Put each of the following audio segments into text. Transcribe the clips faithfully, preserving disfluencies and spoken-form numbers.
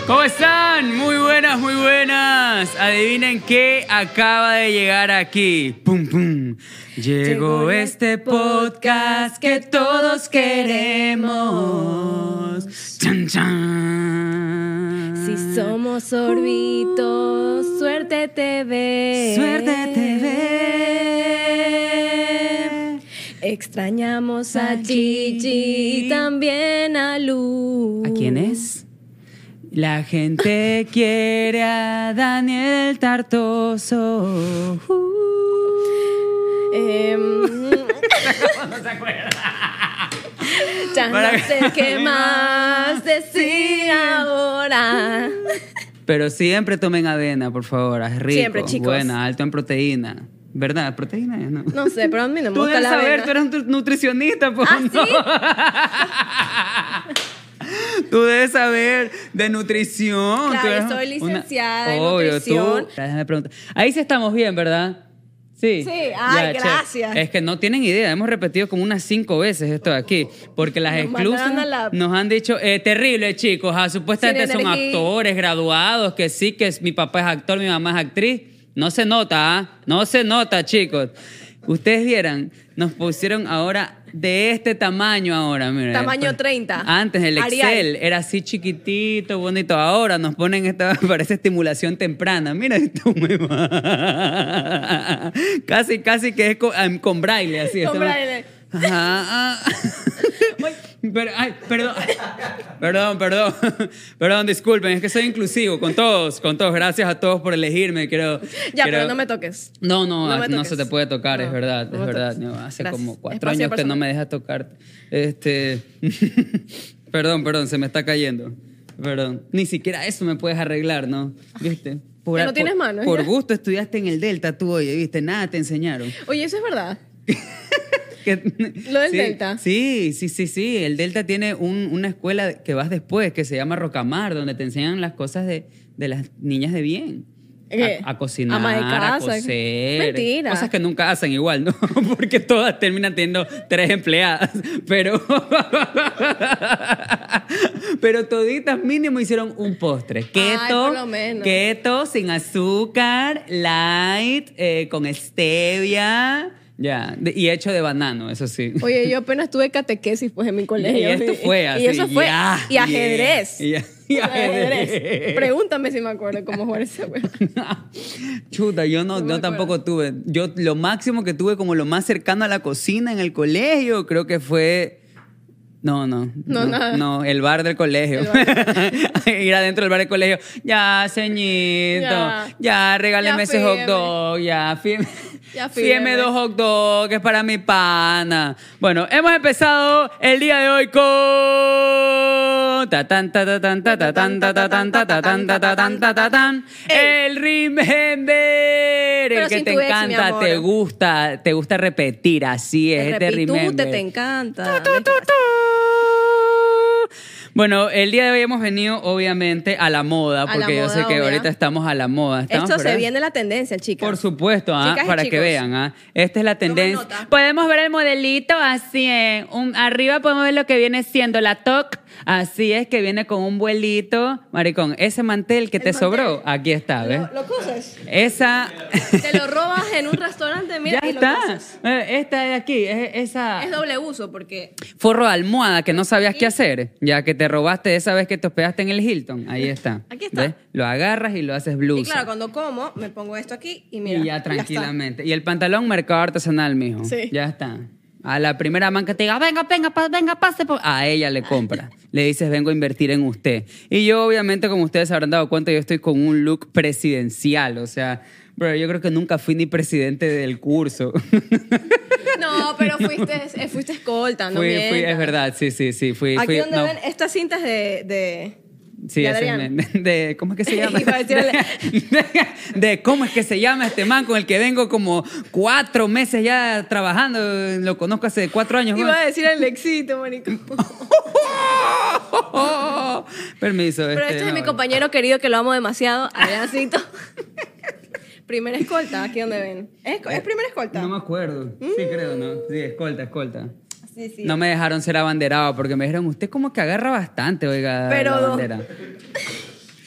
¿Cómo están? Muy buenas, muy buenas. Adivinen qué acaba de llegar aquí. Pum, pum. Llegó este podcast que todos queremos. Chan, chan. Si somos sorbitos, suerte te ve. Suerte te ve. Extrañamos a Gigi y también a Lu. ¿A quién es? La gente quiere a Daniel Tartoso. Uh. Eh, No se acuerda. ya Para no que- sé qué más decir ahora. Pero siempre tomen avena, por favor. Es rico. Siempre, chicos. Buena, alto en proteína. ¿Verdad? ¿Proteína? No. No sé, pero a mí no me Tú gusta debes la saber, avena. tú eres un tu- nutricionista, pues. ¿Ah, ¿no? Tú debes saber de nutrición. Claro, Tú eres soy una- licenciada en Obvio, nutrición. Tú... Déjame preguntar. Ahí sí estamos bien, ¿verdad? Sí. Sí, ay, che. gracias. Es que no tienen idea, hemos repetido como unas cinco veces esto de aquí, porque las Nos exclusas mandaron a la- nos han dicho, eh, terrible, chicos, ah, supuestamente Sin son energía. actores, graduados, que sí, que es- mi papá es actor, mi mamá es actriz. No se nota, ¿ah? No se nota, chicos. Ustedes vieran, nos pusieron ahora de este tamaño ahora, mira. Tamaño treinta. Antes el Excel Arial. era así chiquitito, bonito. Ahora nos ponen esta, parece estimulación temprana. Mira esto, muy mal. Casi, casi que es con, em, con braille, así. Con Esto- braille. Ajá. ah. Pero, ay, perdón, perdón, perdón, perdón, disculpen, es que soy inclusivo con todos, con todos. Gracias a todos por elegirme. Quiero, Ya, quiero- pero no me toques. No, no, No me no toques. se te puede tocar, No, es verdad, no es me verdad. toques. No, hace Gracias. como cuatro Espacio años que no personal. me dejas tocar. Este, perdón, perdón, se me está cayendo. Perdón, ni siquiera eso me puedes arreglar, ¿no? ¿Viste? Por, Ya no tienes por- manos, Por ya. gusto estudiaste en el Delta tú, oye, ¿viste? Nada te enseñaron. Oye, eso es verdad. Que- Lo del sí, Delta. Sí, sí, sí, sí. El Delta tiene un- una escuela que vas después, que se llama Rocamar, donde te enseñan las cosas de, de las niñas de bien. ¿Qué? A, a cocinar, Ama de a casa. coser. Mentira. Cosas que nunca hacen igual, ¿no? Porque todas terminan teniendo tres empleadas. Pero... Pero toditas mínimo hicieron un postre. Keto, por lo menos. keto, sin azúcar, light, eh, con stevia... Ya, de- y hecho de banano, eso sí. Oye, yo apenas tuve catequesis pues en mi colegio. Y esto fue así. Y eso fue. ya, y ajedrez. Y, y- y ajedrez. Pregúntame si me acuerdo cómo jugar ese juego. Chuta, yo no, No me yo acuerdo. tampoco tuve. Yo lo máximo que tuve como lo más cercano a la cocina en el colegio, creo que fue... No, no. No, nada. No, el bar del colegio. Ir adentro del bar del colegio. Ya, ceñito. Ya, Ya. regáleme Ya ese hot fíeme. dog. Ya, fíeme. Ya Fíeme fíeme. dos hot dogs para mi pana. Bueno, hemos empezado el día de hoy con... Ta tan ta ta tan ta ta tan ta ta tan ta ta tan ta ta tan ta ta tan. El Remember. El Pero que sin te tu ex, mi encanta, amor. te gusta, te gusta repetir. Así es, Te este repitute, Remember. te encanta. Bueno, el día de hoy hemos venido obviamente a la moda, A la porque yo sé moda, que obvia. ahorita estamos a la moda. Estamos, Esto se ¿verdad? viene la tendencia, chicas. Por supuesto, ¿ah? Chicas y Para que chicos. vean. ¿Ah? Esta es la tendencia. nota. Podemos ver el modelito así, ¿eh? Un, arriba podemos ver lo que viene siendo la toc. Así es, que viene con un vuelito. Maricón, ese mantel que El te mantel. sobró, aquí está, ¿ves? Lo, lo cosas. Esa... Te lo robas en un restaurante, mira, ya y lo está. cosas. Eh, Esta de aquí, es, esa... Es doble uso porque Forro de almohada que no sabías Aquí. qué hacer, ya que te robaste esa vez que te hospedaste en el Hilton. Ahí está. Aquí está. ¿Ves? Lo agarras y lo haces blusa. y claro, cuando como me pongo esto aquí y mira. y ya está. tranquilamente. Y el pantalón mercado artesanal, mijo. Sí. Ya está. A la primera man que te diga, venga, venga, pa- venga, pase. po-". A ella le compra. Le dices, vengo a invertir en usted. Y yo, obviamente, como ustedes se habrán dado cuenta, yo estoy con un look presidencial. O sea, bro, yo creo que nunca fui ni presidente del curso. No, pero fuiste, eh, fuiste escolta, no fui, fui, mientas. es verdad, sí, sí, sí. Fui, Aquí fui, donde no. ven estas cintas de... de Sí, de ese es Adrián. de, de- ¿cómo es que se llama? Iba a decirle- de, de cómo es que se llama este man con el que vengo como cuatro meses ya trabajando. Lo conozco hace cuatro años. Iba weón. a decir el Lexito, marico. Permiso. Pero este es no, mi compañero querido que lo amo demasiado, Adriancito. Primera escolta, aquí donde ven. ¿Es, es primera escolta? No me acuerdo. Sí, creo, ¿no? Sí, escolta, escolta. Sí, sí. No me dejaron ser abanderado porque me dijeron, usted como que agarra bastante, oiga, Pero la no. bandera.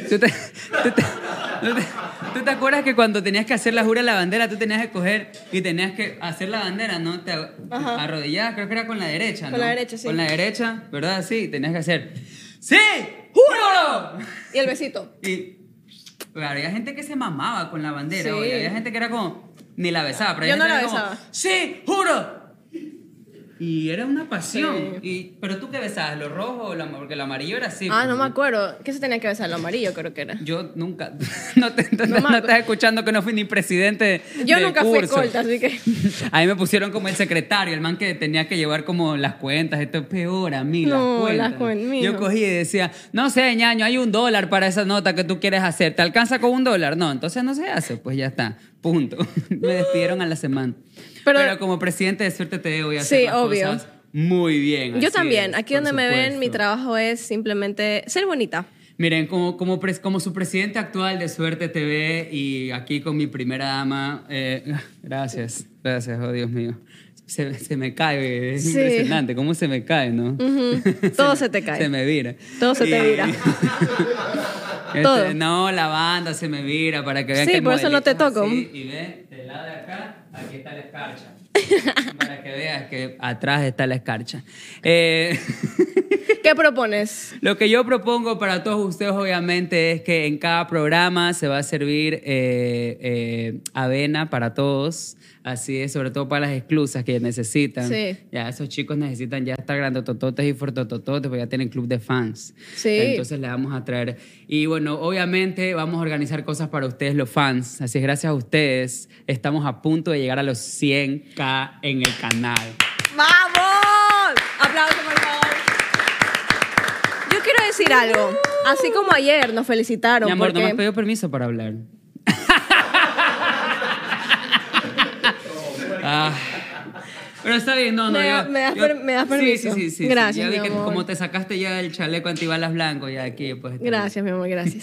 ¿Tú te, tú te- tú te- tú te acuerdas que cuando tenías que hacer la jura de la bandera, tú tenías que coger y tenías que hacer la bandera, ¿no? Te Ajá. arrodillabas, creo que era con la derecha, ¿no? Con la derecha, sí. Con la derecha, ¿verdad? Sí, tenías que hacer ¡sí! ¡Juro! Y el besito. Y pero había gente que se mamaba con la bandera, Sí. oye, había gente que era como ni la besaba, pero Yo había no gente la que era como, besaba. ¡sí! ¡Juro! Y era una pasión. Sí. Y, pero tú qué besabas, ¿lo rojo o lo amarillo? Porque el amarillo era así. Ah, pues, no me acuerdo. ¿Qué se tenía que besar? Lo amarillo creo que era. Yo nunca. No, te, no, No me no acuerdo. estás escuchando que no fui ni presidente. Yo del nunca fui curso. escolta, así que... A mí me pusieron como el secretario, el man que tenía que llevar como las cuentas. Esto es peor a mí, No, las las cuentas. cuen- Yo mijo. cogí y decía, no sé, ñaño, hay un dólar para esa nota que tú quieres hacer. ¿Te alcanza con un dólar? No, entonces no se hace. Pues ya está. Punto. Me despidieron a la semana. Pero, Pero- como presidente de Suerte T V voy a hacer Sí, las obvio. cosas muy bien. Yo así también. es, Aquí por donde me ven, mi supuesto. trabajo es simplemente ser bonita. Miren, como, como, pres- como su presidente actual de Suerte T V y aquí con mi primera dama, eh, gracias, gracias, oh Dios mío. Se, se me cae, es Sí. impresionante, cómo se me cae, ¿no? Ujú. Todo se te Se cae. me vira. Todo se te Y- vira. Este, Todo. no, la banda se me vira para que vean Sí, que el por eso no te modelito es toco. así, y ve, del lado de acá, aquí está la escarcha. Para que veas que atrás está la escarcha. Eh, ¿Qué propones? Lo que yo propongo para todos ustedes, obviamente, es que en cada programa se va a servir eh, eh, avena para todos. Así es, sobre todo para las exclusas que necesitan. Sí. Ya esos chicos necesitan ya estar grandotototes y fortotototes, porque ya tienen club de fans. Sí. Entonces le vamos a traer. Y bueno, obviamente vamos a organizar cosas para ustedes, los fans. Así es, gracias a ustedes, estamos a punto de llegar a los cien K en el canal. ¡Vamos! Aplausos, por favor. Yo quiero decir algo. Así como ayer nos felicitaron. Mi amor, porque... no me has pedido permiso para hablar. Ah, pero está bien, no, no. Me da- yo- me das yo- per- me das sí, permiso. Sí, sí, sí. Gracias, sí. Ya vi mi que amor. como te sacaste ya el chaleco antibalas blanco, ya aquí, pues. está bien. Gracias, mi amor, gracias.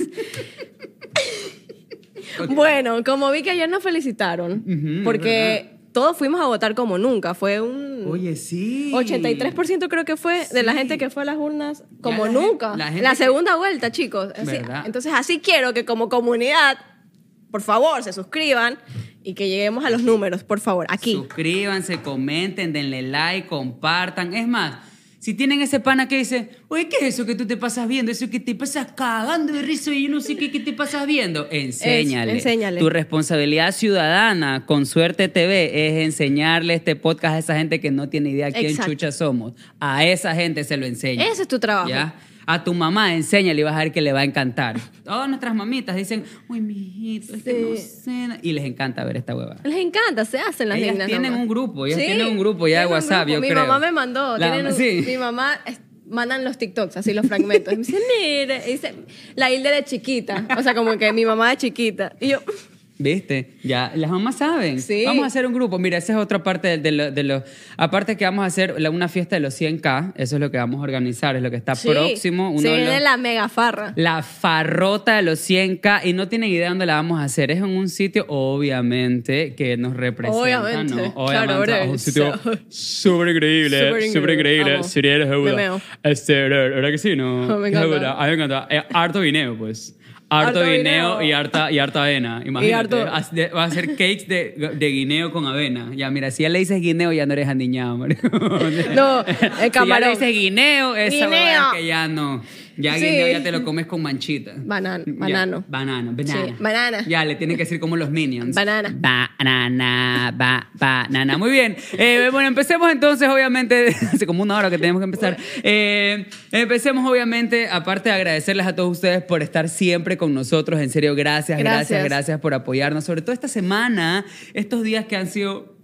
Ok. Bueno, como vi que ayer nos felicitaron, Ujú, porque todos fuimos a votar como nunca. Fue un Oye, sí. ochenta y tres por ciento creo que fue de la Sí. gente que fue a las urnas como Ya la gen- nunca. la La, gente que- segunda vuelta, chicos. Así- ¿Verdad? entonces, así quiero que como comunidad, por favor, se suscriban y que lleguemos a los números, por favor, aquí. Suscríbanse, comenten, denle like, compartan. Es más, si tienen ese pana que dice, oye, ¿qué es eso que tú te pasas viendo? Eso que te pasas cagando de risa y yo no sé qué, qué te pasas viendo. Enséñale. Es- enséñale. Tu responsabilidad ciudadana con Suerte T V es enseñarle este podcast a esa gente que no tiene idea quién Exacto. chucha somos. A esa gente se lo enseña. Ese es tu trabajo. ¿Ya? A tu mamá, enséñale y vas a ver que le va a encantar. Todas nuestras mamitas dicen, uy, mijito, es que Sí. no sé. Y les encanta ver esta hueva. Les encanta, se hacen las Ellas lindas tienen nomás. un grupo, ellas Sí, tienen un grupo ya de tienen un WhatsApp, grupo. yo mi creo. mamá me mandó, La- tienen un- sí. mi mamá es- mandan los TikToks, así los fragmentos. Y me dice, mire, y dice, la Hilde de chiquita, o sea, como que mi mamá de chiquita. Y yo, ¿Viste? Ya, las mamás saben. Sí. Vamos a hacer un grupo. Mira, esa es otra parte de, de lo, de lo- Aparte que vamos a hacer la- una fiesta de los cien K, eso es lo que vamos a organizar, es lo que está sí, próximo. Uno se de viene los- la mega farra. La farrota de los cien K y no tienen idea dónde la vamos a hacer. Es en un sitio, obviamente, que nos representa, Obviamente, ¿no? claro, Obviamente, es un sitio so- súper increíble, Súper increíble, súper increíble. amo. Si eres Me seguro. meo. Este, ¿verdad verdad que sí? No, Oh, me Es encanta. verdad, a mí me encanta. Eh, harto guineo, pues. Harto, Harto guineo, guineo. y harta, y harta avena. Imagínate. harto- Haz de- Va a hacer cakes de, de guineo con avena. Ya, mira, si ya le dices guineo, ya no eres aniñado, marico. No, el Si ya camarón. le dices guineo, esa Guineo. huevada es que ya no. Ya Sí. guineo ya te lo comes con manchita. Banan- Ya, banano. Banano, banana. Sí, banana. Ya, le tienen que decir como los minions. Banana. Banana, ba, banana. Muy bien. Eh, bueno, empecemos entonces, obviamente, hace como una hora que tenemos que empezar. Eh, empecemos, obviamente, aparte de agradecerles a todos ustedes por estar siempre con nosotros. En serio, gracias, gracias, Gracias. gracias por apoyarnos. Sobre todo esta semana, estos días que han sido...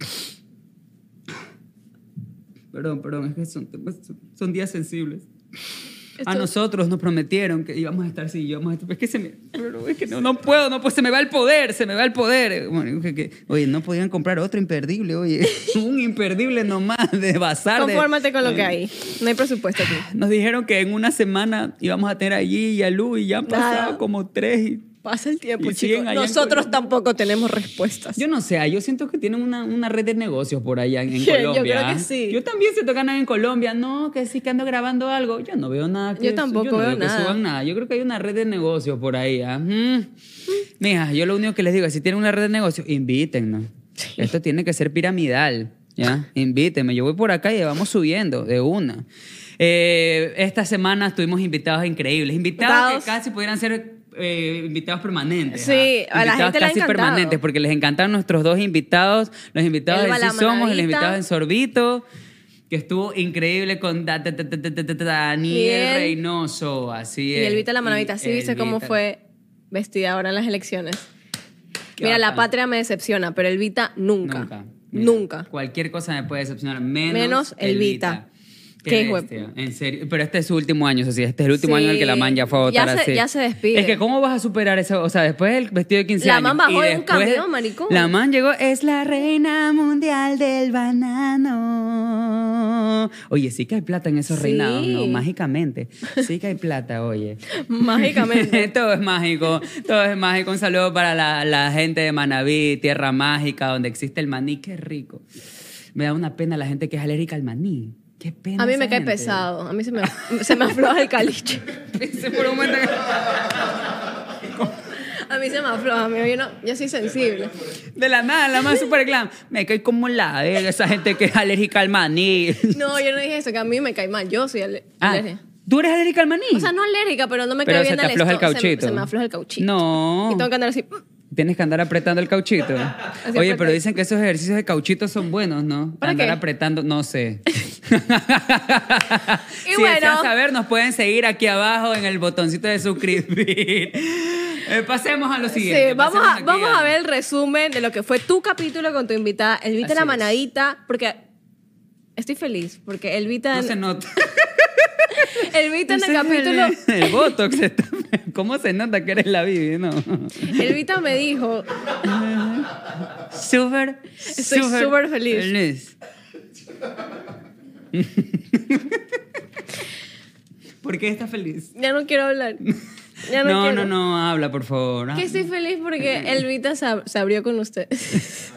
Perdón, perdón, es que son, son días sensibles. A Esto- nosotros nos prometieron que íbamos a estar así, íbamos a estar, es que se me, pero es que no, no puedo, no puedo, se me va el poder, se me va el poder. Bueno, que- que- oye, no podían comprar otro imperdible, oye, un imperdible nomás de bazar. de- Confórmate con lo que hay. No hay presupuesto aquí. Nos dijeron que en una semana íbamos a tener allí y a Lu y ya han pasado Nada. como tres y Pasa el tiempo, Y siguen chicos. allá en Nosotros Colombia. tampoco tenemos respuestas. Yo no sé, yo siento que tienen una, una red de negocios por allá en, en Yo Colombia. creo que sí. Yo también siento que andan en Colombia. No, que sí que ando grabando algo. Yo no veo nada. Que Yo tampoco yo no veo que nada. suban nada. Yo creo que hay una red de negocios por ahí. ¿ah? Mm. Mija, yo lo único que les digo es si tienen una red de negocios, invítennos. Esto tiene que ser piramidal. ¿Ya? Invítenme. Yo voy por acá y vamos subiendo de una. Eh, esta semana tuvimos invitados increíbles. Invitados Invitados. que casi pudieran ser eh, invitados permanentes. Sí, ¿ah? a la Invitados gente le ha casi encantado. permanentes porque les encantan nuestros dos invitados, los invitados Elba de la Sí Somos y los Manadita. invitados en Sorbito, que estuvo increíble con da- da- da- da- da- da- da- Daniel Miguel. Reynoso, así Y es. Elvita la Manavita, sí viste cómo Elvita. fue vestida ahora en las elecciones. Qué Mira, la bacán. patria me decepciona, pero Elvita nunca. Nunca. Mira, Nunca. Cualquier cosa me puede decepcionar, menos, Menos Elvita. Qué Qué hijo de- bestia, en serio. Pero este es su último año, eso sí, este es el último Sí. año en el que la man ya fue a votar Ya se- así. ya se despide. Es que ¿cómo vas a superar eso? O sea, después del vestido de quince La años. man bajó y de un después- camión, maricón. La man llegó, es la reina mundial del banano. Oye, sí que hay plata en esos Sí. reinados, ¿no? Mágicamente. Sí que hay plata, oye. Mágicamente. Todo es mágico, todo es mágico. Un saludo para la, la gente de Manabí, tierra mágica, donde existe el maní. Qué rico. Me da una pena la gente que es alérgica al maní. Qué pena. A mí esa me cae gente. pesado. A mí se me, se me afloja el caliche. Pensé por un momento que- A mí se me afloja. A mí, yo, no, yo soy sensible. De la nada, la más super glam. Me cae como la verga esa gente que es alérgica al maní. No, yo no dije eso, que a mí me cae mal. Yo soy ale- Ah, alérgica. ¿tú eres alérgica al maní? O sea, no alérgica, pero no me Pero cae se bien te afloja el estómago. Se- cauchito. Se, me afloja el cauchito. No. Y tengo que andar así. Tienes que andar apretando el cauchito. Oye, apretando. pero dicen que esos ejercicios de cauchito son buenos, ¿no? ¿Para andar qué? apretando, no sé. Y si bueno. desean saber, nos pueden seguir aquí abajo en el botoncito de suscribir. Eh, pasemos a lo siguiente. Sí, vamos pasemos a, aquí vamos a ver el resumen de lo que fue tu capítulo con tu invitada, Elvita Así la es. Manadita, porque estoy feliz, porque Elvita, No se nota. Elvita en el Ese es capítulo, El, el botox. está- ¿Cómo se nota que eres la Vivi? No. Elvita me dijo, Súper. Estoy súper feliz. feliz. ¿Por qué estás feliz? ya no quiero hablar. Ya no, No, quiero. no, no, habla, por favor. Que estoy feliz porque Elvita se, ab- se abrió con ustedes.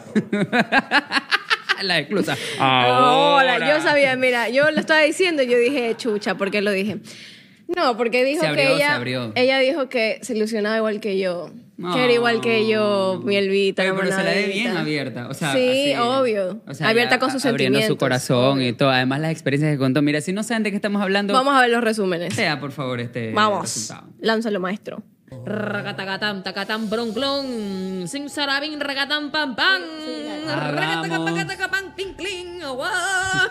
La exclusa. Ahora, yo sabía, mira, yo lo estaba diciendo y yo dije, chucha, ¿por qué lo dije? No, porque dijo Se abrió, que se ella, abrió. ella dijo que se ilusionaba igual que yo. Que era igual que yo, mi Elvita. Oye, la pero se la ve Manadita. bien abierta. O sea, sí, así, obvio. o sea, abierta ya con sus abriendo sentimientos. su corazón obvio. y todo. Además, las experiencias que contó. Mira, si no saben de qué estamos hablando, Vamos a ver los resúmenes. sea, por favor, este Vamos. resultado. Lánzalo, maestro. Racatagatam, tacatam, bronclon, sin sarabin, ragatam, pam, pam, racatacatacatacapam, ping, cling, agua.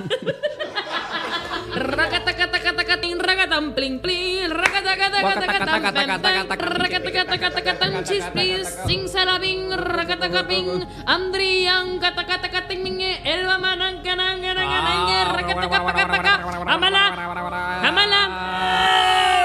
Racatacatacatacatin, ragatam, pling, pling, racatacatacatacatam, pam, pam, racatacatacatacatam, chispis, sin sarabin, racatacaping, andrian, catacatacating, elba manan, canan, canan, canan, racatacatacataca, amala, amala.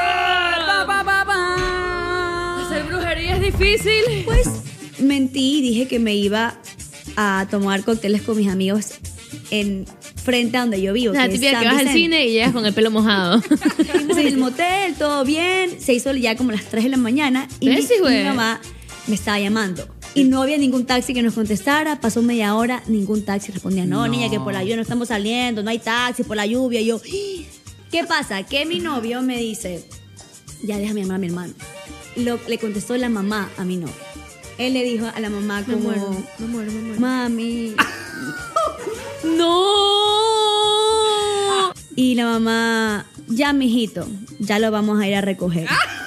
Hacer brujería es difícil. Pues mentí y dije que me iba a tomar cócteles con mis amigos en frente a donde yo vivo. La que es típica San que vas al Vicente. cine y llegas con el pelo mojado. Fuimos en el motel, todo bien. Se hizo ya como las tres de la mañana y mi, Pero sí, güey. mi mamá me estaba llamando. Y no había ningún taxi que nos contestara. Pasó media hora, ningún taxi respondía. No, No. niña, que por la lluvia no estamos saliendo, no hay taxi por la lluvia. Y yo, ¿qué pasa? Que mi novio me dice, ya déjame llamar a mi hermano. Lo, le contestó la mamá a mi novio. Él le dijo a la mamá Me como, muero, me muero, me muero. mami. ¡No! Y la mamá, ya mijito, ya lo vamos a ir a recoger.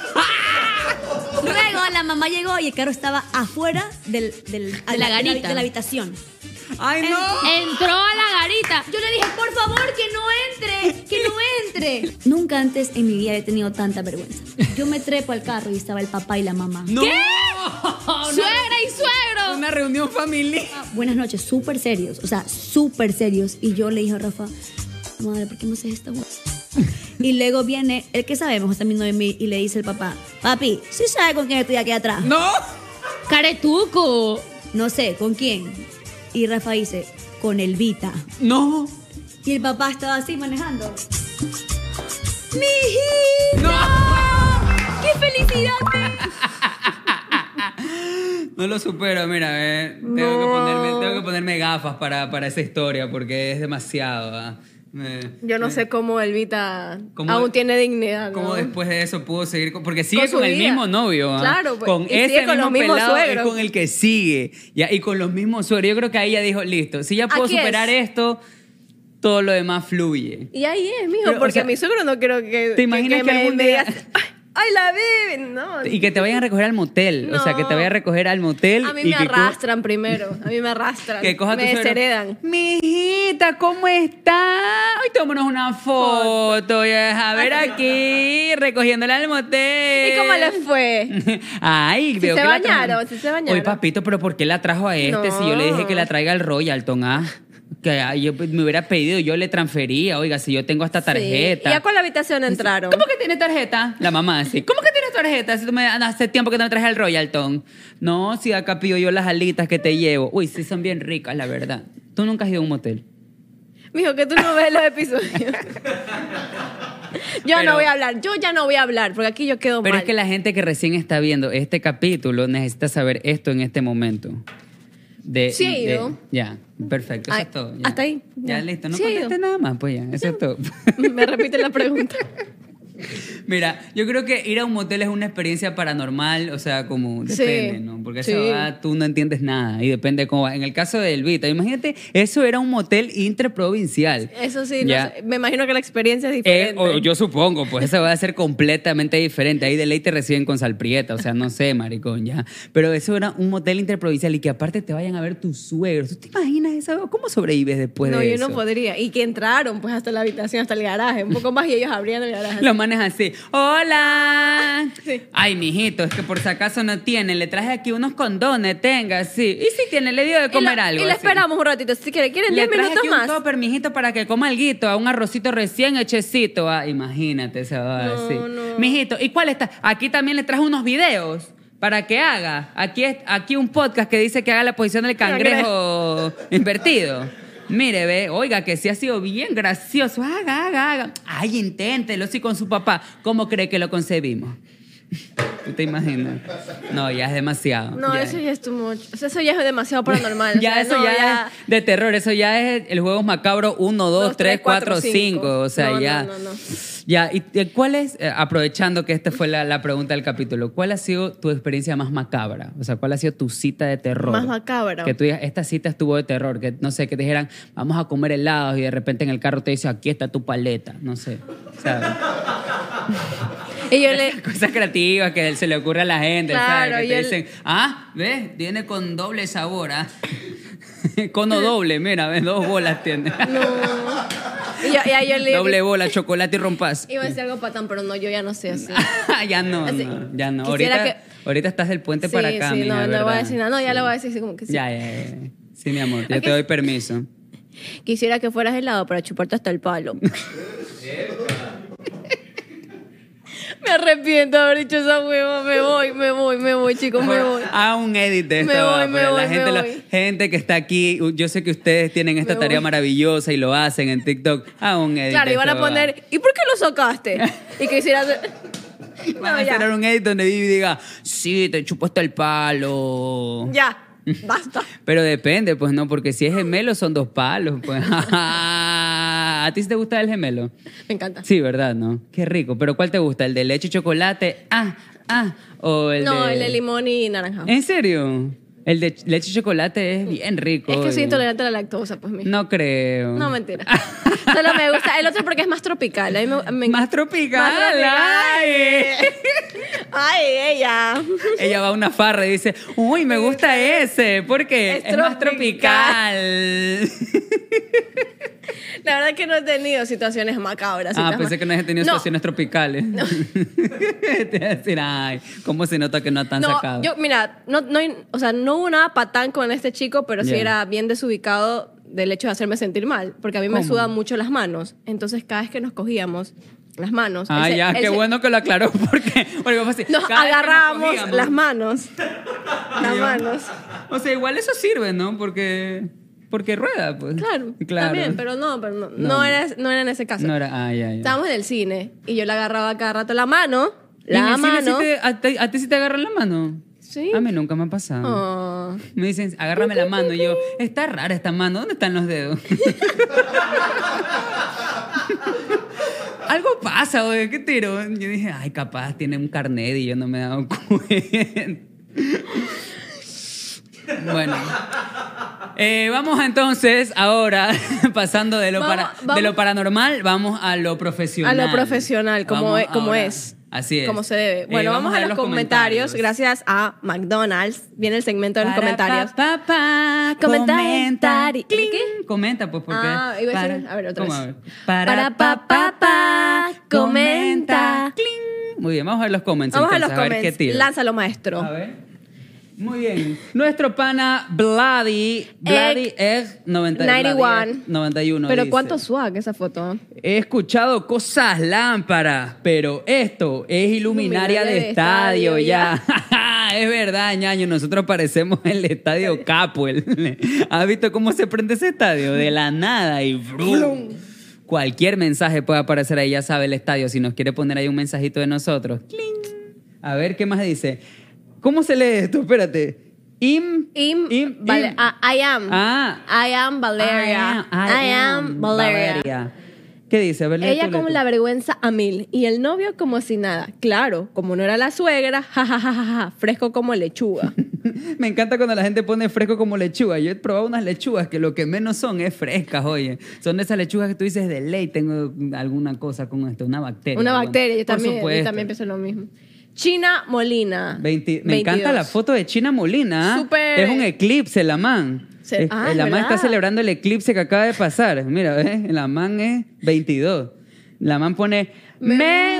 Luego la mamá llegó y el carro estaba afuera del, del- De la garita. de la habitación. ¡Ay, no! Entró a la garita. Yo le dije, por favor, que no entre, que no entre. Nunca antes en mi vida he tenido tanta vergüenza. Yo me trepo al carro y estaba el papá y la mamá. ¡No! ¡Suegra y suegro! Una reunión familiar. Buenas noches, súper serios, o sea, súper serios. Y yo le dije a Rafa, madre, ¿por qué no haces esta hueá? Y luego viene el que sabemos, está mi novio y me- y le dice el papá, papi, ¿sí sabe con quién estoy aquí atrás? ¡No! ¡Caretuco! No sé, ¿con quién? Y Rafa dice, con Elvita. ¡No! Y el papá estaba así manejando. ¡Mijita! ¡No! ¡Qué felicidad! No lo supero, mira, eh, tengo, No. que ponerme, tengo que ponerme gafas para, para esa historia porque es demasiado. ¿ah? Me- Yo no sé cómo Elvita ¿Cómo- aún tiene dignidad, ¿no? ¿Cómo después de eso pudo seguir con, porque sigue Con su con, el vida. mismo novio, ¿ah? Claro, pues, con y sigue ese con los mismo mismos pelado es suegros. con el que sigue, ya, y con los mismos suegros. Yo creo que ahí ella dijo, listo, si ya puedo Aquí es. superar esto, todo lo demás fluye. Y ahí es, mijo, Pero, o porque sea, mi suegro no creo que. ¿te imaginas que me, algún me día- digas, "Ay, ¡ay, la bebé! No. Y que te vayan a recoger al motel, o sea, que te No. vayan a recoger al motel. A mí y me que co- arrastran primero. A mí me arrastran. Que coja tu me suegro. desheredan. Mijita, ¿cómo está? Ay, tomémonos una foto. Ya, a ver aquí, recogiéndola al motel. ¿Y cómo les fue? Ay, Si veo se que la trajo- bañaron, si se bañaron. Oye, papito, pero ¿por qué la trajo a este? No. Si yo le dije que la traiga al Royalton, ¿ah? Que ay, yo me hubiera pedido, yo le transfería. Oiga, si yo tengo esta tarjeta. Sí. ¿Y a cuál habitación entraron? ¿Cómo que tienes tarjeta? La mamá así. ¿Cómo que tienes tarjeta? Si tú me hace tiempo que no me traes al Royalton. No, si acá pido yo las alitas que te llevo. Uy, sí son bien ricas, la verdad. Tú nunca has ido a un motel. Mijo, que tú no ves los episodios. Yo Pero- no voy a hablar. Yo ya no voy a hablar, porque aquí yo quedo Pero mal. es que la gente que recién está viendo este capítulo necesita saber esto en este momento. De, Sí he de- ido. ya, perfecto, eso Ay, es todo. ya. hasta ahí, Ya, ya. listo, no Sí he contestes ido. nada más, pues ya, eso es todo. Me repite la pregunta. Mira, yo creo que ir a un motel es una experiencia paranormal, o sea, como Sí. depende, ¿no? Porque Sí. esa va, tú no entiendes nada y depende cómo va. En el caso de Elvita, imagínate, eso era un motel interprovincial. Eso sí, no Ya. sé, me imagino que la experiencia es Eh, diferente. o yo supongo, pues eso va a ser completamente diferente. Ahí de ley te reciben con salprieta, o sea, no sé, maricón, ya. Pero eso era un motel interprovincial y que aparte te vayan a ver tus suegros. ¿Tú te imaginas eso? ¿Cómo sobrevives después no, de yo eso? no podría. Y que entraron pues hasta la habitación, hasta el garaje, un poco más y ellos abriendo el garaje. Los manes así, hola. Sí. Ay, mijito, es que por si acaso no tiene, le traje aquí unos condones, tenga, sí. Y si tiene, le dio de Y comer la- algo. Y le así. esperamos un ratito. Si quiere, ¿quieren Le diez traje minutos aquí más? un topper, mijito, para que coma alguito, a un arrocito recién hechecito. Ah, imagínate, se va a No, decir. no. Mijito, ¿y cuál está? Aquí también le traje unos videos para que haga. Aquí, es, aquí un podcast que dice que haga la posición del cangrejo invertido. Mire, ve, oiga, que sí ha sido bien gracioso. Haga, haga, haga. Ay, inténtelo, sí, con su papá. ¿Cómo cree que lo concebimos? ¿Tú te imaginas? No, ya es demasiado. No, Ya eso ya es too much. O sea, eso ya es demasiado paranormal. O ya sea, eso no, ya, es de terror, eso ya es el juego macabro uno, dos, Dos, tres, tres, cuatro, cuatro, cinco. cinco. O sea, No, ya. no, no, no. Ya, ¿y y cuál es, eh, aprovechando que esta fue la, la pregunta del capítulo, cuál ha sido tu experiencia más macabra? O sea, ¿cuál ha sido tu cita de terror? Más macabra. Que tú digas, esta cita estuvo de terror, que no sé, que te dijeran, vamos a comer helados y de repente en el carro te dice, aquí está tu paleta, no sé, ¿sabes? Y yo le... Cosas creativas que se le ocurre a la gente, Claro, ¿sabes? Que y te el- dicen, ah, ¿ves? Viene con doble sabor, ¿ah? Cono doble, mira, ¿ves? Dos bolas tiene. No. Y yo, y ahí yo le... Doble bola, chocolate y rompas. Iba a decir algo patán, pero no, yo ya no sé así. ya no, Así, no, ya no. quisiera Ahorita, que- ahorita estás del puente Sí, para acá, sí, mija, no, no ¿verdad? voy a decir nada. No, ya Sí. le voy a decir así como que sí. Ya, ya, ya. Sí, mi amor, ya Aquí- te doy permiso. Quisiera que fueras helado para chuparte hasta el palo. Me arrepiento de haber dicho esa hueva. Me voy, me voy, me voy, chicos, me voy. Haga un edit de esto. Me voy, va, me para voy, la gente, me la voy. gente que está aquí, yo sé que ustedes tienen esta Me tarea voy. maravillosa y lo hacen en TikTok. Haga un edit Claro, de y van a esto, va. poner, ¿y por qué lo sacaste? Y quisiera hacer... Van a No, ya. hacer un edit donde Vivi diga, sí, te chupo hasta el palo. Ya, basta. Pero depende, pues no, porque si es gemelo son dos palos. Pues. ¿A ti sí te gusta el gemelo? Me encanta. Sí, ¿verdad? ¿No? Qué rico. ¿Pero cuál te gusta? ¿El de leche y chocolate? Ah, ah. ¿O el No, de... el de limón y naranja. ¿En serio? El de ch- leche y chocolate es bien rico. Es que soy y- intolerante a la lactosa, pues, mi. No creo. No, mentira. Solo me gusta. El otro porque es más tropical. A mí me, me- Más tropical. Más tropical. Ay. Ay, ella. Ella va a una farra y dice, uy, me gusta ese. ¿Por qué? Es Es, más tropical. tropical. La verdad que no he tenido situaciones macabras. Ah, citas pensé ma- que no has tenido No, situaciones tropicales. Te iba a decir, ay, ¿cómo se nota que no están No, sacado? yo, mira, no, no, hay- o sea, no hubo nada patán con este chico, pero sí Ya. era bien desubicado del hecho de hacerme sentir mal, porque a mí me ¿Cómo? sudan mucho las manos. Entonces, cada vez que nos cogíamos las manos, Ah, él se- ya, él qué se- bueno que lo aclaró, porque, porque fue así, nos cada vez que agarrábamos cogíamos, las manos. Las yo- manos. O sea, igual eso sirve, ¿no? Porque, porque rueda, pues. Claro, claro. también, pero no, pero no, No. no, era, no era en ese caso. No era, ah, ya, ya. Estábamos en el cine y yo le agarraba cada rato la mano, ¿Y en la el cine mano. sí te- a, ti- ¿A ti sí te agarran la mano? ¿Sí? A mí nunca me ha pasado. Oh. Me dicen, agárrame la mano. Y yo, está rara esta mano. ¿Dónde están los dedos? Algo pasa, oye, ¿qué tiro? Yo dije, ay, capaz tiene un carnet y yo no me he dado cuenta. Bueno. Eh, vamos entonces ahora, pasando de lo, Vamos- para- vamos- de lo paranormal, vamos a lo profesional. A lo profesional, como, Vamos es, como ahora. es. Así es. Como se debe. Eh, Bueno, vamos, a ver los comentarios. Gracias a McDonald's. Viene el segmento de los Para, comentarios. pa, pa, pa, Comentari- comenta. Cling. ¿Qué? Comenta, pues, porque... Ah, iba a decir- a ver, otra ¿cómo? vez. A ver. Para, Para, pa, pa, pa, comenta. comenta. Cling. Muy bien, vamos a ver los comments. Vamos a entonces, los ver qué comments. tira. Lánzalo, maestro. A ver. Muy bien. Nuestro pana Bloody, Bloody Egg noventa, noventa y uno. Bloody Egg noventa y uno Pero dice, cuánto swag esa foto. he escuchado cosas lámparas, pero esto es iluminaria, Iluminaria de, de estadio, estadio, ya. Es verdad, ñaño, nosotros parecemos el estadio Capuel. ¿Has visto cómo se prende ese estadio? De la nada y brum. Cualquier mensaje puede aparecer ahí, ya sabe el estadio. Si nos quiere poner ahí un mensajito de nosotros. Cling. A ver, ¿qué más dice? ¿Cómo se lee esto? Espérate. Im. Im, im, Vale- im. ah, I am. Ah. I am Valeria. I am, Valeria. ¿Qué dice? A ver, lee Ella tú, lee con tú. la vergüenza a mil y el novio como si nada. Claro, como no era la suegra, jajajaja, fresco como lechuga. Me encanta cuando la gente pone fresco como lechuga. Yo he probado unas lechugas que lo que menos son es frescas, oye. Son de esas lechugas que tú dices de ley, tengo alguna cosa con esto, una bacteria. Una Bueno, bacteria, yo por también, yo supuesto. también pienso lo mismo. China Molina. veinte me veintidós. encanta la foto de China Molina. ¿ah? Súper. Es un eclipse, la man. Se- Es- ah, la es man está verdad. celebrando el eclipse que acaba de pasar. Mira, ¿ves? La man es veintidós. La man pone... ¡Me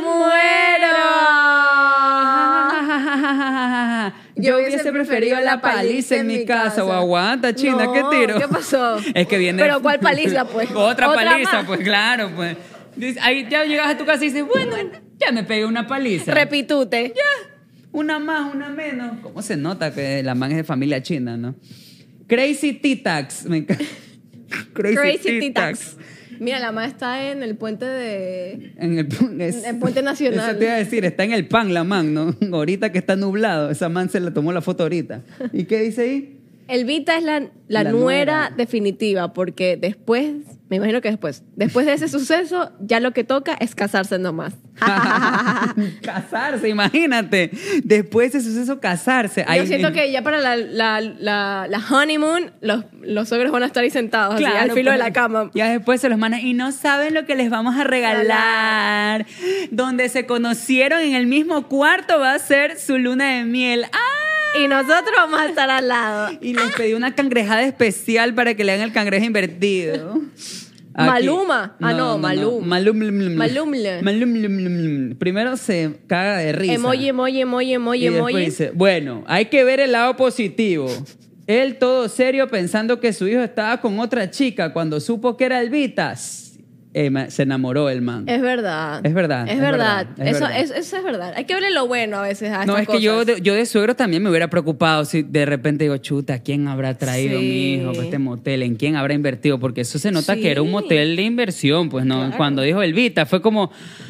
muero! Yo hubiese preferido la paliza en mi casa. O aguanta, China, No, ¿qué tiro? ¿qué pasó? Es que viene... ¿Pero cuál paliza, pues? Otra, ¿Otra paliza, más? pues claro, pues. Dice, ahí ya llegas a tu casa y dices, bueno, ya me pegué una paliza. Repitute. Ya, una más, una menos. ¿Cómo se nota que la man es de familia china, no? Crazy T-Tax. Me encanta. Crazy, Crazy T-Tax. T-Tax. Mira, la mamá está en el puente de... En el, es- En el puente nacional. Eso te iba a decir, está en el pan la man, ¿no? Ahorita que está nublado, esa man se le tomó la foto ahorita. ¿Y qué dice ahí? Elvita es la, la, La nuera, nuera. definitiva, porque después, me imagino que después, después de ese suceso, ya lo que toca es casarse nomás. Casarse, imagínate. Después de ese suceso, casarse. Yo Ahí- siento que ya para la, la, la, la honeymoon, los, los suegros van a estar ahí sentados, así, al filo pues, de la cama. Ya después se los mandan y no saben lo que les vamos a regalar. Donde se conocieron en el mismo cuarto va a ser su luna de miel. ¡Ah! Y nosotros vamos a estar al lado. Y les pedí una cangrejada especial para que le hagan el cangrejo invertido. Aquí. Maluma. Ah, no, Malum. Malum. Malum. Malumle. Malum. Primero se caga de risa. Emoji, emoji, emoji, emoji, Y después emoji. dice, bueno, hay que ver el lado positivo. Él todo serio pensando que su hijo estaba con otra chica cuando supo que era Elvitas. Eh, ma- se enamoró el man. Es verdad. Es verdad, Es, es verdad. verdad, es eso, verdad. Es, eso es verdad. Hay que verle lo bueno a veces a No, estas es que yo cosas. de, yo de suegro también me hubiera preocupado si de repente digo, chuta, ¿quién habrá traído Sí. mi hijo para este motel? ¿En quién habrá invertido? Porque eso se nota Sí. que era un motel de inversión, pues no. Claro. Cuando dijo Elvita fue como,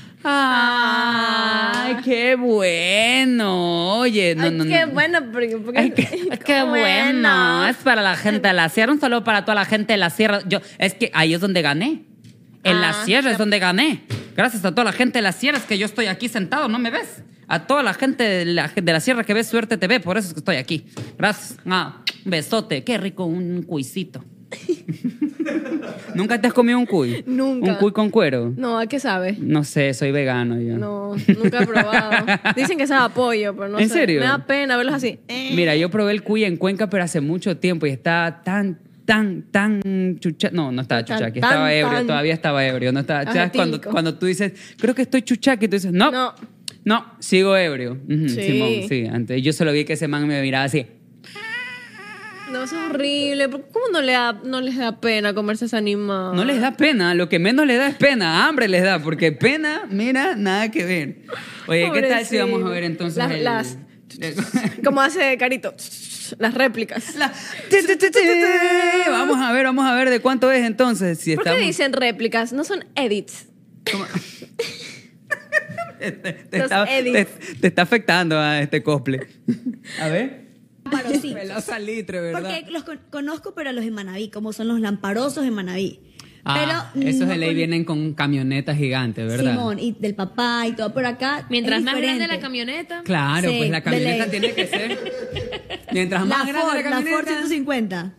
¡ay, qué bueno! Oye, no, Ay, no, qué no. bueno, porque, porque- Ay, qué, qué bueno. Es para la gente de la sierra, un saludo para toda la gente de la sierra. Yo, es que ahí es donde gané. En la Ah, sierra es donde gané. Gracias a toda la gente de la sierra es que yo estoy aquí sentado, ¿no me ves? A toda la gente de la, de la sierra que ve Suerte T V, por eso es que estoy aquí. Gracias. Ah, besote. Qué rico un cuisito. ¿Nunca te has comido un cuy? Nunca. ¿Un cuy con cuero? No, ¿a qué sabe? No sé, soy vegano yo. No, nunca he probado. Dicen que sabe a pollo, pero no ¿En sé. serio? Me da pena verlos así. Eh. Mira, yo probé el cuy en Cuenca, pero hace mucho tiempo y está tan, tan, tan chucha. No, no estaba Tan, chuchaqui, tan, estaba ebrio, tan. todavía estaba ebrio. No estaba. ¿Sabes? Cuando, Ajetílico. cuando tú dices, creo que estoy chuchaqui, tú dices, no, no, No. sigo ebrio. Ujú, Sí. Simón, sí. Antes, yo solo vi que ese man me miraba así. No, es horrible. ¿Por- ¿Cómo no, le da, no les da pena comerse ese animal? No les da pena, lo que menos les da es pena, hambre les da, porque pena, mira, nada que ver. Oye, ¿qué tal si Pobrecito. vamos a ver entonces Las- el- las- Como hace Carito. Las réplicas. La- Vamos a ver, vamos a ver de cuánto es entonces. Si ¿Por qué estamos... dicen réplicas? No son edits. ¿Cómo? te, te Los está, te, edits. te está afectando a este cosplay. A ver. Lamparosos. Pelado salitre, ¿verdad? Porque los con- conozco, pero los de Manaví, como son los lamparosos de Manaví. Ah, pero esos no de ley con- vienen con camionetas gigantes, ¿verdad? Simón, y del papá y todo, pero acá Mientras es más grande la diferente. camioneta. Claro, Sí, pues la de camioneta ley. tiene que ser. Mientras La más grande Ford, la la camioneta. Ford ciento cincuenta.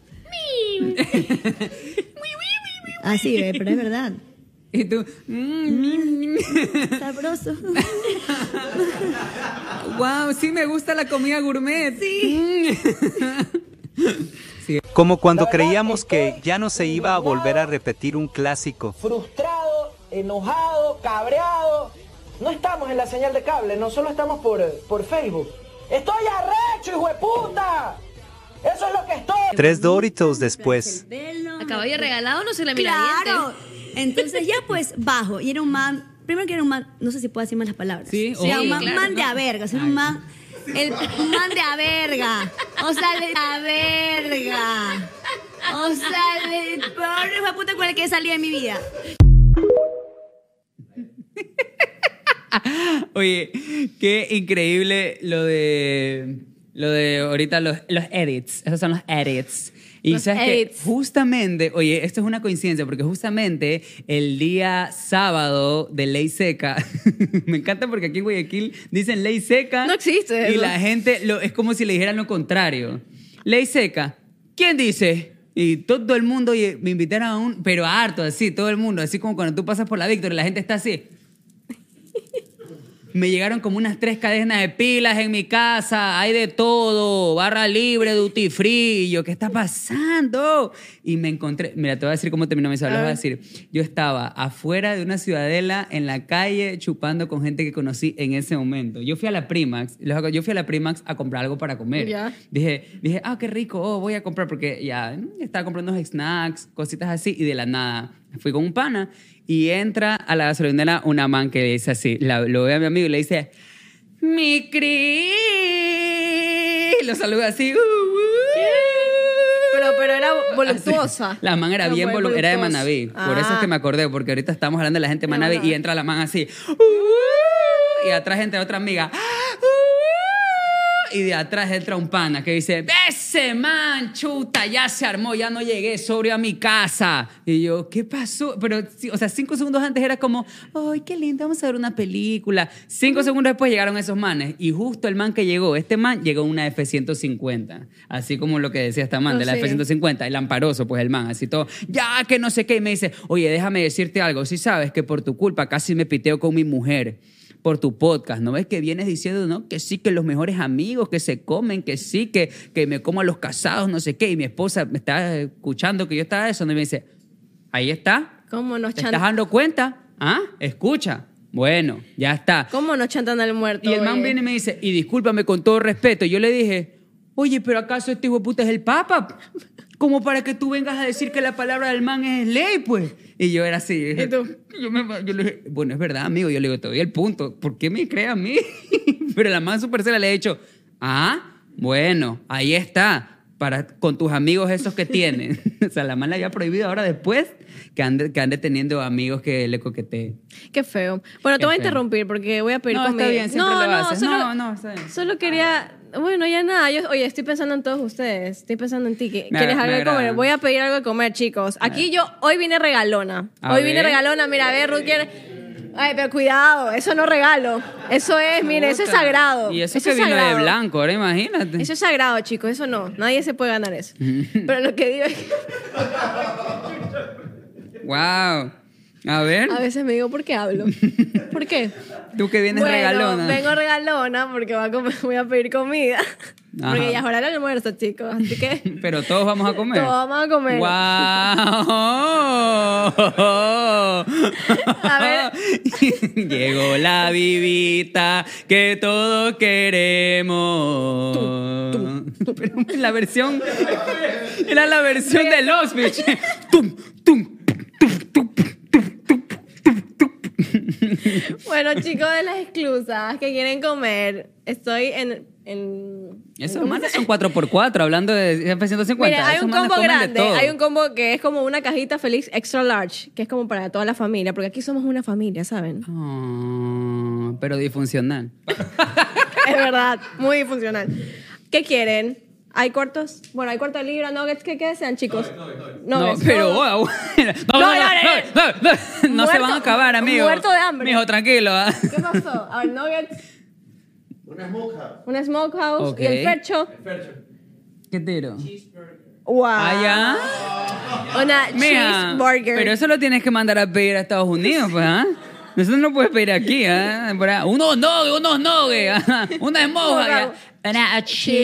Así, ve, pero es verdad. Y tú. mm, Sabroso. wow, sí me gusta la comida gourmet. Sí. Como cuando La verdad, creíamos que estoy ya no se iba a volver a indignado. repetir un clásico. Frustrado, enojado, cabreado. No estamos en la señal de cable, no solo estamos por, por Facebook. ¡Estoy arrecho, hijo de puta! ¡Eso es lo que estoy! Tres Doritos después. A caballo regalado no se le mira Claro. Entonces ya pues bajo. Y era un man, primero que era un man, no sé si puedo decir más las palabras. Sí, O sea, obvio. un man, claro, man de ¿no? a verga. O sea, un man, el, un man de a verga. O sea, de a verga. O sea, el peor hijo de puta con el que salía de mi vida. Oye, qué increíble lo de lo de ahorita los, los edits. Esos son los edits. Y Los sabes que edits. justamente, oye, esto es una coincidencia porque justamente el día sábado de Ley Seca, me encanta porque aquí en Guayaquil dicen Ley Seca. No existe Y eso. la gente lo, es como si le dijeran lo contrario. Ley Seca, ¿quién dice? Y todo el mundo, oye, me invitaron a un, pero harto, así, todo el mundo, así como cuando tú pasas por la Víctor y la gente está así. Me llegaron como unas tres cadenas de pilas en mi casa, hay de todo, barra libre, duty free. Y yo, ¿qué está pasando? Y me encontré, mira, te voy a decir cómo terminó mi sábado, les voy a decir. Yo estaba afuera de una ciudadela, en la calle, chupando con gente que conocí en ese momento. Yo fui a la Primax, les hago- yo fui a la Primax a comprar algo para comer. Ya. Dije, dije, ah, qué rico, oh, voy a comprar, porque ya mm, estaba comprando unos snacks, cositas así, y de la nada fui con un pana y entra a la gasolinera una man que le dice así, la- lo ve a mi amigo y le dice, mi Cris, lo saluda así, uh, uh. Pero, pero era voluptuosa. Así. La man era Era bien muy volu- era de voluptuosa. Manaví. Por eso es Ah. que me acordé, porque ahorita estamos hablando de la gente de De Manaví Manaví. y entra la man así. "Uh", y atrás entra otra amiga. "Uh", y de atrás entra un pana que dice, ese man, chuta, ya se armó, ya no llegué sobrio a mi casa. Y yo, ¿qué pasó? Pero, sí, o sea, cinco segundos antes era como, ay, qué lindo, vamos a ver una película. Cinco segundos después llegaron esos manes. Y justo el man que llegó, este man, llegó una F ciento cincuenta. Así como lo que decía esta man, Oh, de la sí. F ciento cincuenta. El amparoso, pues el man, así todo, ya que no sé qué. Y me dice, oye, déjame decirte algo. Si sabes que por tu culpa casi me piteo con mi mujer por tu podcast, ¿no ves que vienes diciendo, no? Que sí, que los mejores amigos, que se comen, que sí, que, que me como a los casados, no sé qué. Y mi esposa me está escuchando que yo estaba eso, y me dice, ahí está. ¿Cómo nos, ¿Te chan- estás dando cuenta? ¿Ah? Escucha. Bueno, ya está. ¿Cómo nos chantan al muerto? Y el man oye? viene y me dice, y discúlpame con todo respeto. Y yo le dije, oye, pero ¿acaso este hijo de puta es el Papa? Como para que tú vengas a decir que la palabra del man es ley, pues. Y yo era así. Yo dije, ¿Y tú? Yo, me- yo le dije, bueno, es verdad, amigo. Yo le digo, te doy el punto. ¿Por qué me crees a mí? Pero la man super seria le he dicho, ah, bueno, ahí está. Para, con tus amigos esos que tienen. O sea, la man le había prohibido ahora después que ande, que ande teniendo amigos que le coqueteen. Qué feo. Bueno, Qué te voy a feo. interrumpir porque voy a pedir No, está comida. bien, siempre no, lo no, haces. Solo, No, no, está bien. Solo quería... Bueno, ya nada. Yo, oye, estoy pensando en todos ustedes. Estoy pensando en ti. que- Me ¿Quieres agra- algo me de comer? agrada. Voy a pedir algo de comer, chicos. Aquí yo... Hoy vine regalona. A hoy vine ver. regalona. Mira, a ver, Ruth quiere... Ay, pero cuidado. Eso no regalo. Eso es, mire, eso es Puta. sagrado. Y eso, Eso que es vino de sagrado. blanco, ahora imagínate. Eso es sagrado, chicos. Eso no. Nadie se puede ganar eso. Pero lo que digo es que... Wow. A ver, A veces me digo, ¿por qué hablo? ¿Por qué? tú que vienes Bueno, regalona. vengo regalona porque voy a, comer- voy a pedir comida. Ajá. Porque ya es hora del almuerzo, chicos. Así que Pero todos vamos a comer. todos vamos a comer. ¡Wow! A Llegó la vivita que todos queremos. Pero la versión. Era la versión de Los Beach. Tum, tum, Bueno, chicos de las exclusas que quieren comer, estoy en en Esos ¿cómo manes se- son cuatro por cuatro, hablando de F ciento cincuenta. Mira, hay Esos un manes combo comen de grande, todo. hay un combo que es como una cajita feliz extra large, que es como para toda la familia, porque aquí somos una familia, ¿saben? Oh, pero disfuncional. Es verdad, muy funcional. ¿Qué quieren? ¿Hay cortos? Bueno, hay cortos de libra, nuggets, ¿qué, qué desean, chicos? No, Nuggets, pero todo. wow, no, no, no, no, no, no, no se Muerto- van a acabar, amigo. muerto de hambre. Mijo, tranquilo. ¿ah? ¿Qué pasó? A ver, nuggets. Una smokehouse. Una smokehouse. Ok. ¿Y el fercho? ¿Qué tiro? Wow. Allá. Una Mira, cheeseburger. pero eso lo tienes que mandar a pedir a Estados Unidos, pues, ¿ah? Eso no lo puedes pedir aquí, ¿ah? Por ahí, Unos nuggets, unos nuggets, ajá, una esmoja. Una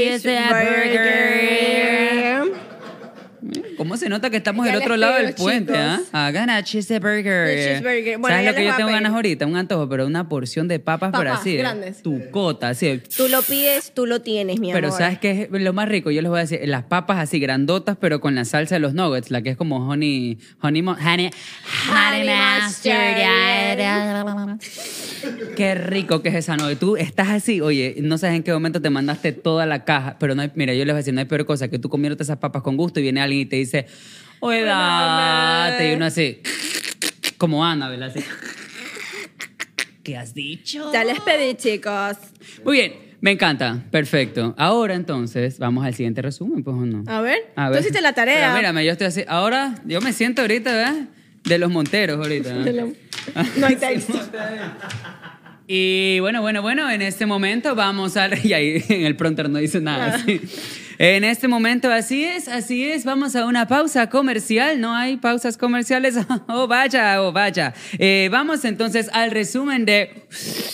cheeseburger. ¿Cómo se nota que estamos Ya del les otro lado pido, del puente, chicos. ah? Hagan a cheeseburger. El cheeseburger. Bueno, ¿Sabes ya lo que les yo voy a tengo pedir. ganas ahorita? Un antojo, pero una porción de papas, pero Papas así. ¿eh? grandes. Tu cota, así. Tú lo pides, tú lo tienes, mi amor. Pero ¿sabes qué es lo más rico? Yo les voy a decir, las papas así grandotas, pero con la salsa de los nuggets, la que es como honey, honey, mo- honey, honey mustard. Qué rico que es esa nugget. Tú estás así, oye, no sabes en qué momento te mandaste toda la caja, pero no hay, mira, yo les voy a decir, no hay peor cosa que tú comiéndote esas papas con gusto y viene alguien y te dice, oye, date, y uno así, como Annabelle, así. ¿Qué has dicho? Ya les pedí, chicos. Muy bien, me encanta, perfecto. Ahora entonces, vamos al siguiente resumen, pues o no. A ver, A tú ver. hiciste la tarea. Pero mírame, yo estoy así. Ahora, yo me siento ahorita, ¿verdad? De los monteros ahorita. ¿no? De lo- No hay texto. Y bueno, bueno, bueno, en este momento vamos a... Y ahí en el pronter no dice nada. sí. En este momento, así es, así es. Vamos a una pausa comercial. No hay pausas comerciales. Oh, vaya, oh, vaya. Eh, vamos entonces al resumen de...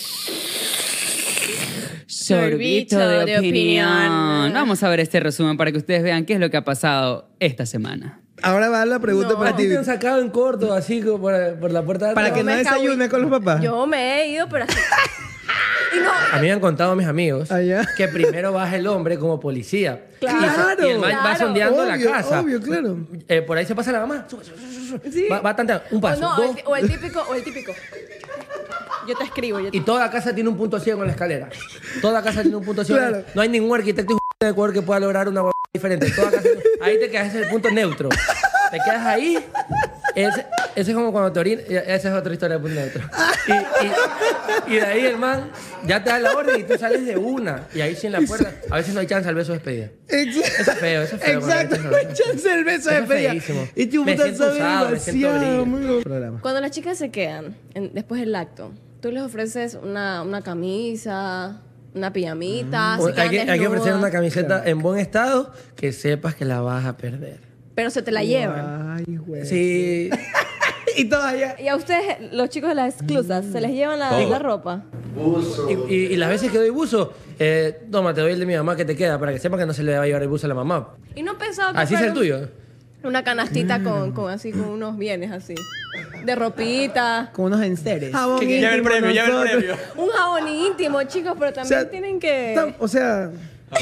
Sorbito de, de opinión. opinión. Vamos a ver este resumen para que ustedes vean qué es lo que ha pasado esta semana. Ahora va la pregunta No. para ¿A ti ti. te han sacado en corto, así como por, por la puerta de Para atrás? que no me cago- desayune con los papás. Yo me he ido, pero así. Y no. A mí me han contado mis amigos Allá. que primero baja el hombre como policía. Claro. Y, se- y el man va Claro. sondeando la Obvio, casa. obvio, claro. Eh, por ahí se pasa la mamá. Sube, sube, sube, sube. Sí. Va, va tanteando. Un O, paso, no, dos. el- o el típico, o el típico. Yo te escribo, yo te Y toda casa tiene un punto ciego en la escalera. Toda casa tiene un punto ciego. Claro. No hay ningún arquitecto hijo de Ecuador que pueda lograr una hueá diferente. Toda casa, ahí te quedas, ese es el punto neutro. Te quedas ahí. Ese, ese es como cuando te orinas. Esa es otra historia del punto neutro. Y, y- y de ahí el man ya te da la orden y tú sales de una. Y ahí sí en la puerta. A veces no hay chance al beso de despedida. Eso es feo, eso es feo. Exacto, cuando no hay hay chance. chance el beso de Eso es despedida. feísimo. Y tu Me puta siento sabe usado, me siento demasiado. brillo. Muy buen programa. Cuando las chicas se quedan en- después del acto, tú les ofreces una, una camisa, una pijamita, se O- hay, quedan que, hay que ofrecer desnudas, una camiseta en buen estado que sepas que la vas a perder. pero se te la llevan. Ay, güey. Sí. Y todavía. Y a ustedes, los chicos de las exclusas, ¿se les llevan la, la ropa? Y, y- y las veces que doy buzo, eh, toma, te doy el de mi mamá que te queda para que sepa que no se le va a llevar el buzo a la mamá. Y no he pensado que Así es fuera el tuyo. una canastita con, con así, con unos bienes así. De ropita. Con unos enseres. Que- que lleve el premio, lleve el premio. Un jabón íntimo, chicos, pero también O sea, tienen que... Tam- O sea,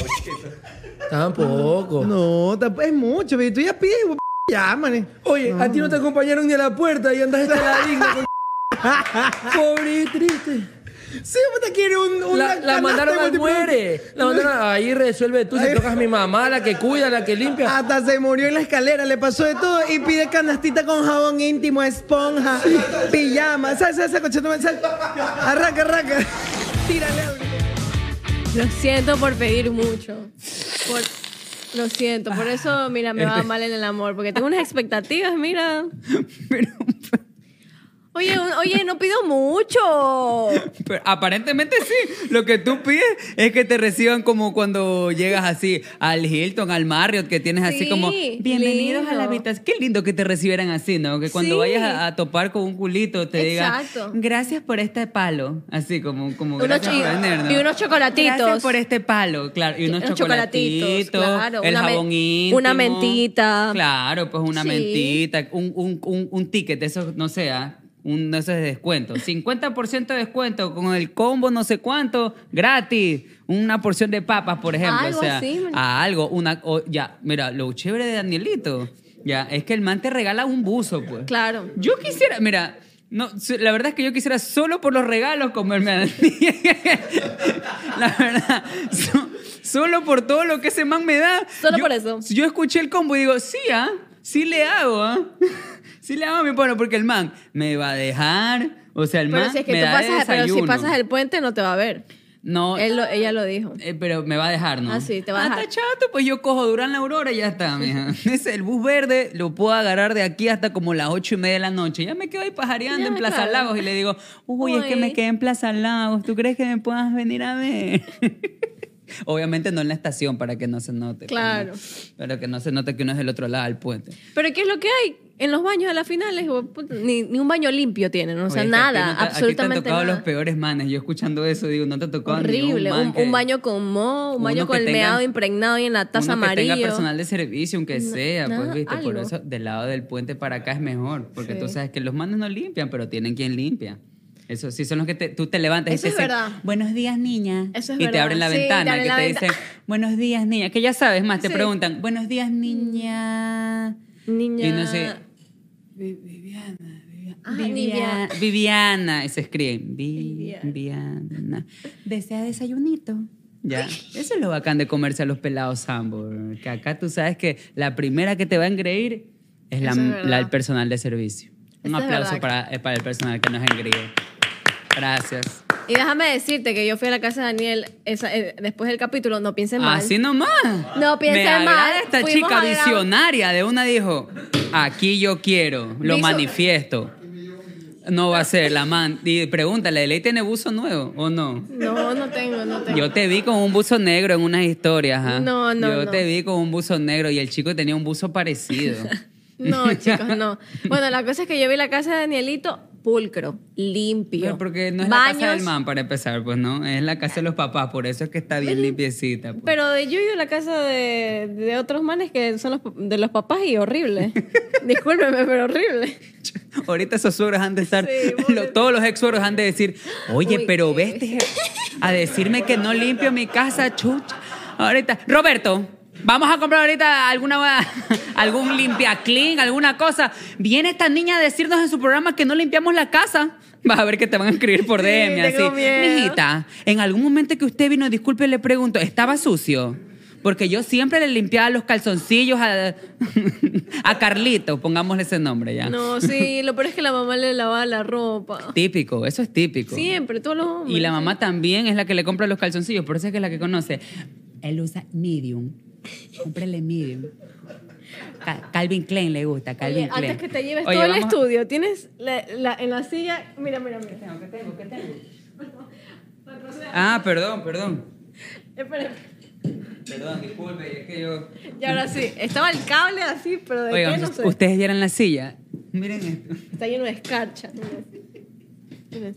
Tampoco. no, tamp- es mucho, pero tú ya pides, güey, ya, mané. Oye, a ti no te acompañaron ni a la puerta y andas esta ladina con... Pobre y triste. Sí, puta, quiere un, una La, la canasta mandaron de al multiplic- muere. La mandaron a- ahí resuelve tú. Si Ahí- tocas a mi mamá, la que cuida, la que limpia. Hasta se murió en la escalera, le pasó de todo y pide canastita con jabón íntimo, esponja, pijama. Sal, sal, sal, cochito, sal. Arranca, arranca. Tírale algo. Lo siento por pedir mucho. Por- Lo siento, por eso, mira, me va mal en el amor, porque tengo unas expectativas, mira. Pero, Oye, un- oye, no pido mucho. pero aparentemente sí. Lo que tú pides es que te reciban como cuando llegas así al Hilton, al Marriott, que tienes así Sí, como bienvenidos a la lindo. habitación. Qué lindo que te recibieran así, ¿no? Que cuando Sí. vayas a, a topar con un culito te diga Exacto. gracias por este palo. Así como, como Unos gracias chi- por venir, ¿no? y unos chocolatitos. Gracias por este palo, claro. Y unos, Unos chocolatitos, chocolatitos, claro, el una me- jabón íntimo. una mentita. Claro, pues una Sí. mentita, un, un, un, un ticket, eso no sé, ¿ah? Un de esos de descuento. cincuenta por ciento de descuento con el combo no sé cuánto, gratis. Una porción de papas, por ejemplo. Algo o sea, así, man. a algo. Una, o- ya, mira, lo chévere de Danielito, ya, es que el man te regala un buzo, pues. Claro. Yo quisiera, mira, no, su- la verdad es que yo quisiera solo por los regalos comerme a Daniel. La verdad. so- Solo por todo lo que ese man me da. Solo Yo- por eso. Yo escuché el combo y digo, sí, ¿ah? Sí le hago, ¿ah? Sí le hago a mi pana porque el man me va a dejar. O sea, el Pero man si es que me tú da de pasas, pero si desayuno. pasas el puente no te va a ver. No, Él lo- ella lo dijo. eh, pero me va a dejar, ¿no? Ah, sí, te va a Ah, dejar. está chato, pues yo cojo Durán La Aurora y ya está, mija. Ese, el bus verde lo puedo agarrar de aquí hasta como las ocho y media de la noche. Ya me quedo ahí pajareando Ya, en Plaza claro. Lagos y le digo, uy, es que Uy. me quedé en Plaza Lagos, ¿tú crees que me puedas venir a ver? Obviamente no en la estación para que no se note. pues, Claro. ¿no? Pero que no se note que uno es del otro lado del puente. Pero ¿qué es lo que hay? En los baños a las finales, hijo de puta, ni, ni un baño limpio tienen, o sea, Oye, es que aquí nada, no te- Aquí te absolutamente han tocado nada. los peores manes. Yo escuchando eso digo, no te ha tocado ni Horrible, un, man un, que- un baño con moho, un baño Uno con que el tenga- meado impregnado y en la taza Uno que amarillo. tenga personal de servicio, aunque sea, nada, pues, viste, por algo. eso del lado del puente para acá es mejor, porque Sí. tú sabes que los manes no limpian, pero tienen quien limpia. Eso sí son los que te- tú te levantas Eso y es te dicen, verdad. buenos días, niña. Eso es y te verdad. abren la Sí, te ventana, abren que la te venta- dicen, buenos días, niña. Que ya sabes más, te Sí. preguntan, buenos días, niña. Niña. Y no sé, Vi- Viviana, Viviana. Ah, Vivia- Nivia- Viviana. Y se escriben, Viviana. Viviana. ¿Desea desayunito? Ya. Eso es lo bacán de comerse a los pelados Sambo. Que acá tú sabes que la primera que te va a engreír es la, Eso es verdad. la- el personal de servicio. Un Eso es aplauso verdad. para, eh, para el personal que nos engríe. Gracias. Y déjame decirte que yo fui a la casa de Daniel esa- eh, después del capítulo, no pienses mal. Así nomás. No pienses Me agrada mal. esta Fuimos chica a grabar- visionaria. De una dijo, aquí yo quiero, lo Viso- manifiesto. No va a ser la man. Y pregúntale, ¿Ley tiene buzo nuevo o no? No, no tengo, no tengo. Yo te vi con un buzo negro en unas historias, ¿ah? No, no, Yo no. te vi con un buzo negro y el chico tenía un buzo parecido. No, chicos, no. Bueno, la cosa es que yo vi la casa de Danielito pulcro, limpio. Pero porque no es la casa Baños, del man para empezar, pues no, es la casa de los papás, por eso es que está bien limpiecita. pues. Pero de- yo he ido a la casa de, de otros manes que son los, de los papás y horrible. Discúlpeme, pero horrible. Ahorita esos suegros han de estar, Sí, lo- todos los ex suegros han de decir, oye, Uy, pero qué vete a decirme que no limpio mi casa, chucha. Ahorita, Roberto, vamos a comprar ahorita alguna algún limpia clean, alguna cosa. Viene esta niña a decirnos en su programa que no limpiamos la casa. Vas a ver que te van a escribir por Sí, D M así. tengo miedo. Mijita, en algún momento que usted vino, disculpe, le pregunto, ¿estaba sucio? Porque yo siempre le limpiaba los calzoncillos a, a Carlito, pongámosle ese nombre ya. No, sí, lo peor es que la mamá le lavaba la ropa. Típico, eso es típico. Siempre, todos los hombres. Y la mamá también es la que le compra los calzoncillos, por eso es que es la que conoce. Él usa medium. Cómprele medium. Ca- Calvin Klein le gusta, Calvin Oye, Klein. antes que te lleves Oye, todo el vamos a- estudio, tienes la, la- en la silla. Mira, mira, mira. ¿Qué tengo? ¿Qué tengo? Ah, perdón, perdón. Espera. Perdón, disculpe, es que yo... Y ahora sí, estaba el cable así, pero de Oigan, qué no sé. ustedes vieran la silla. Miren esto. Está lleno de escarcha. Mira. Mira.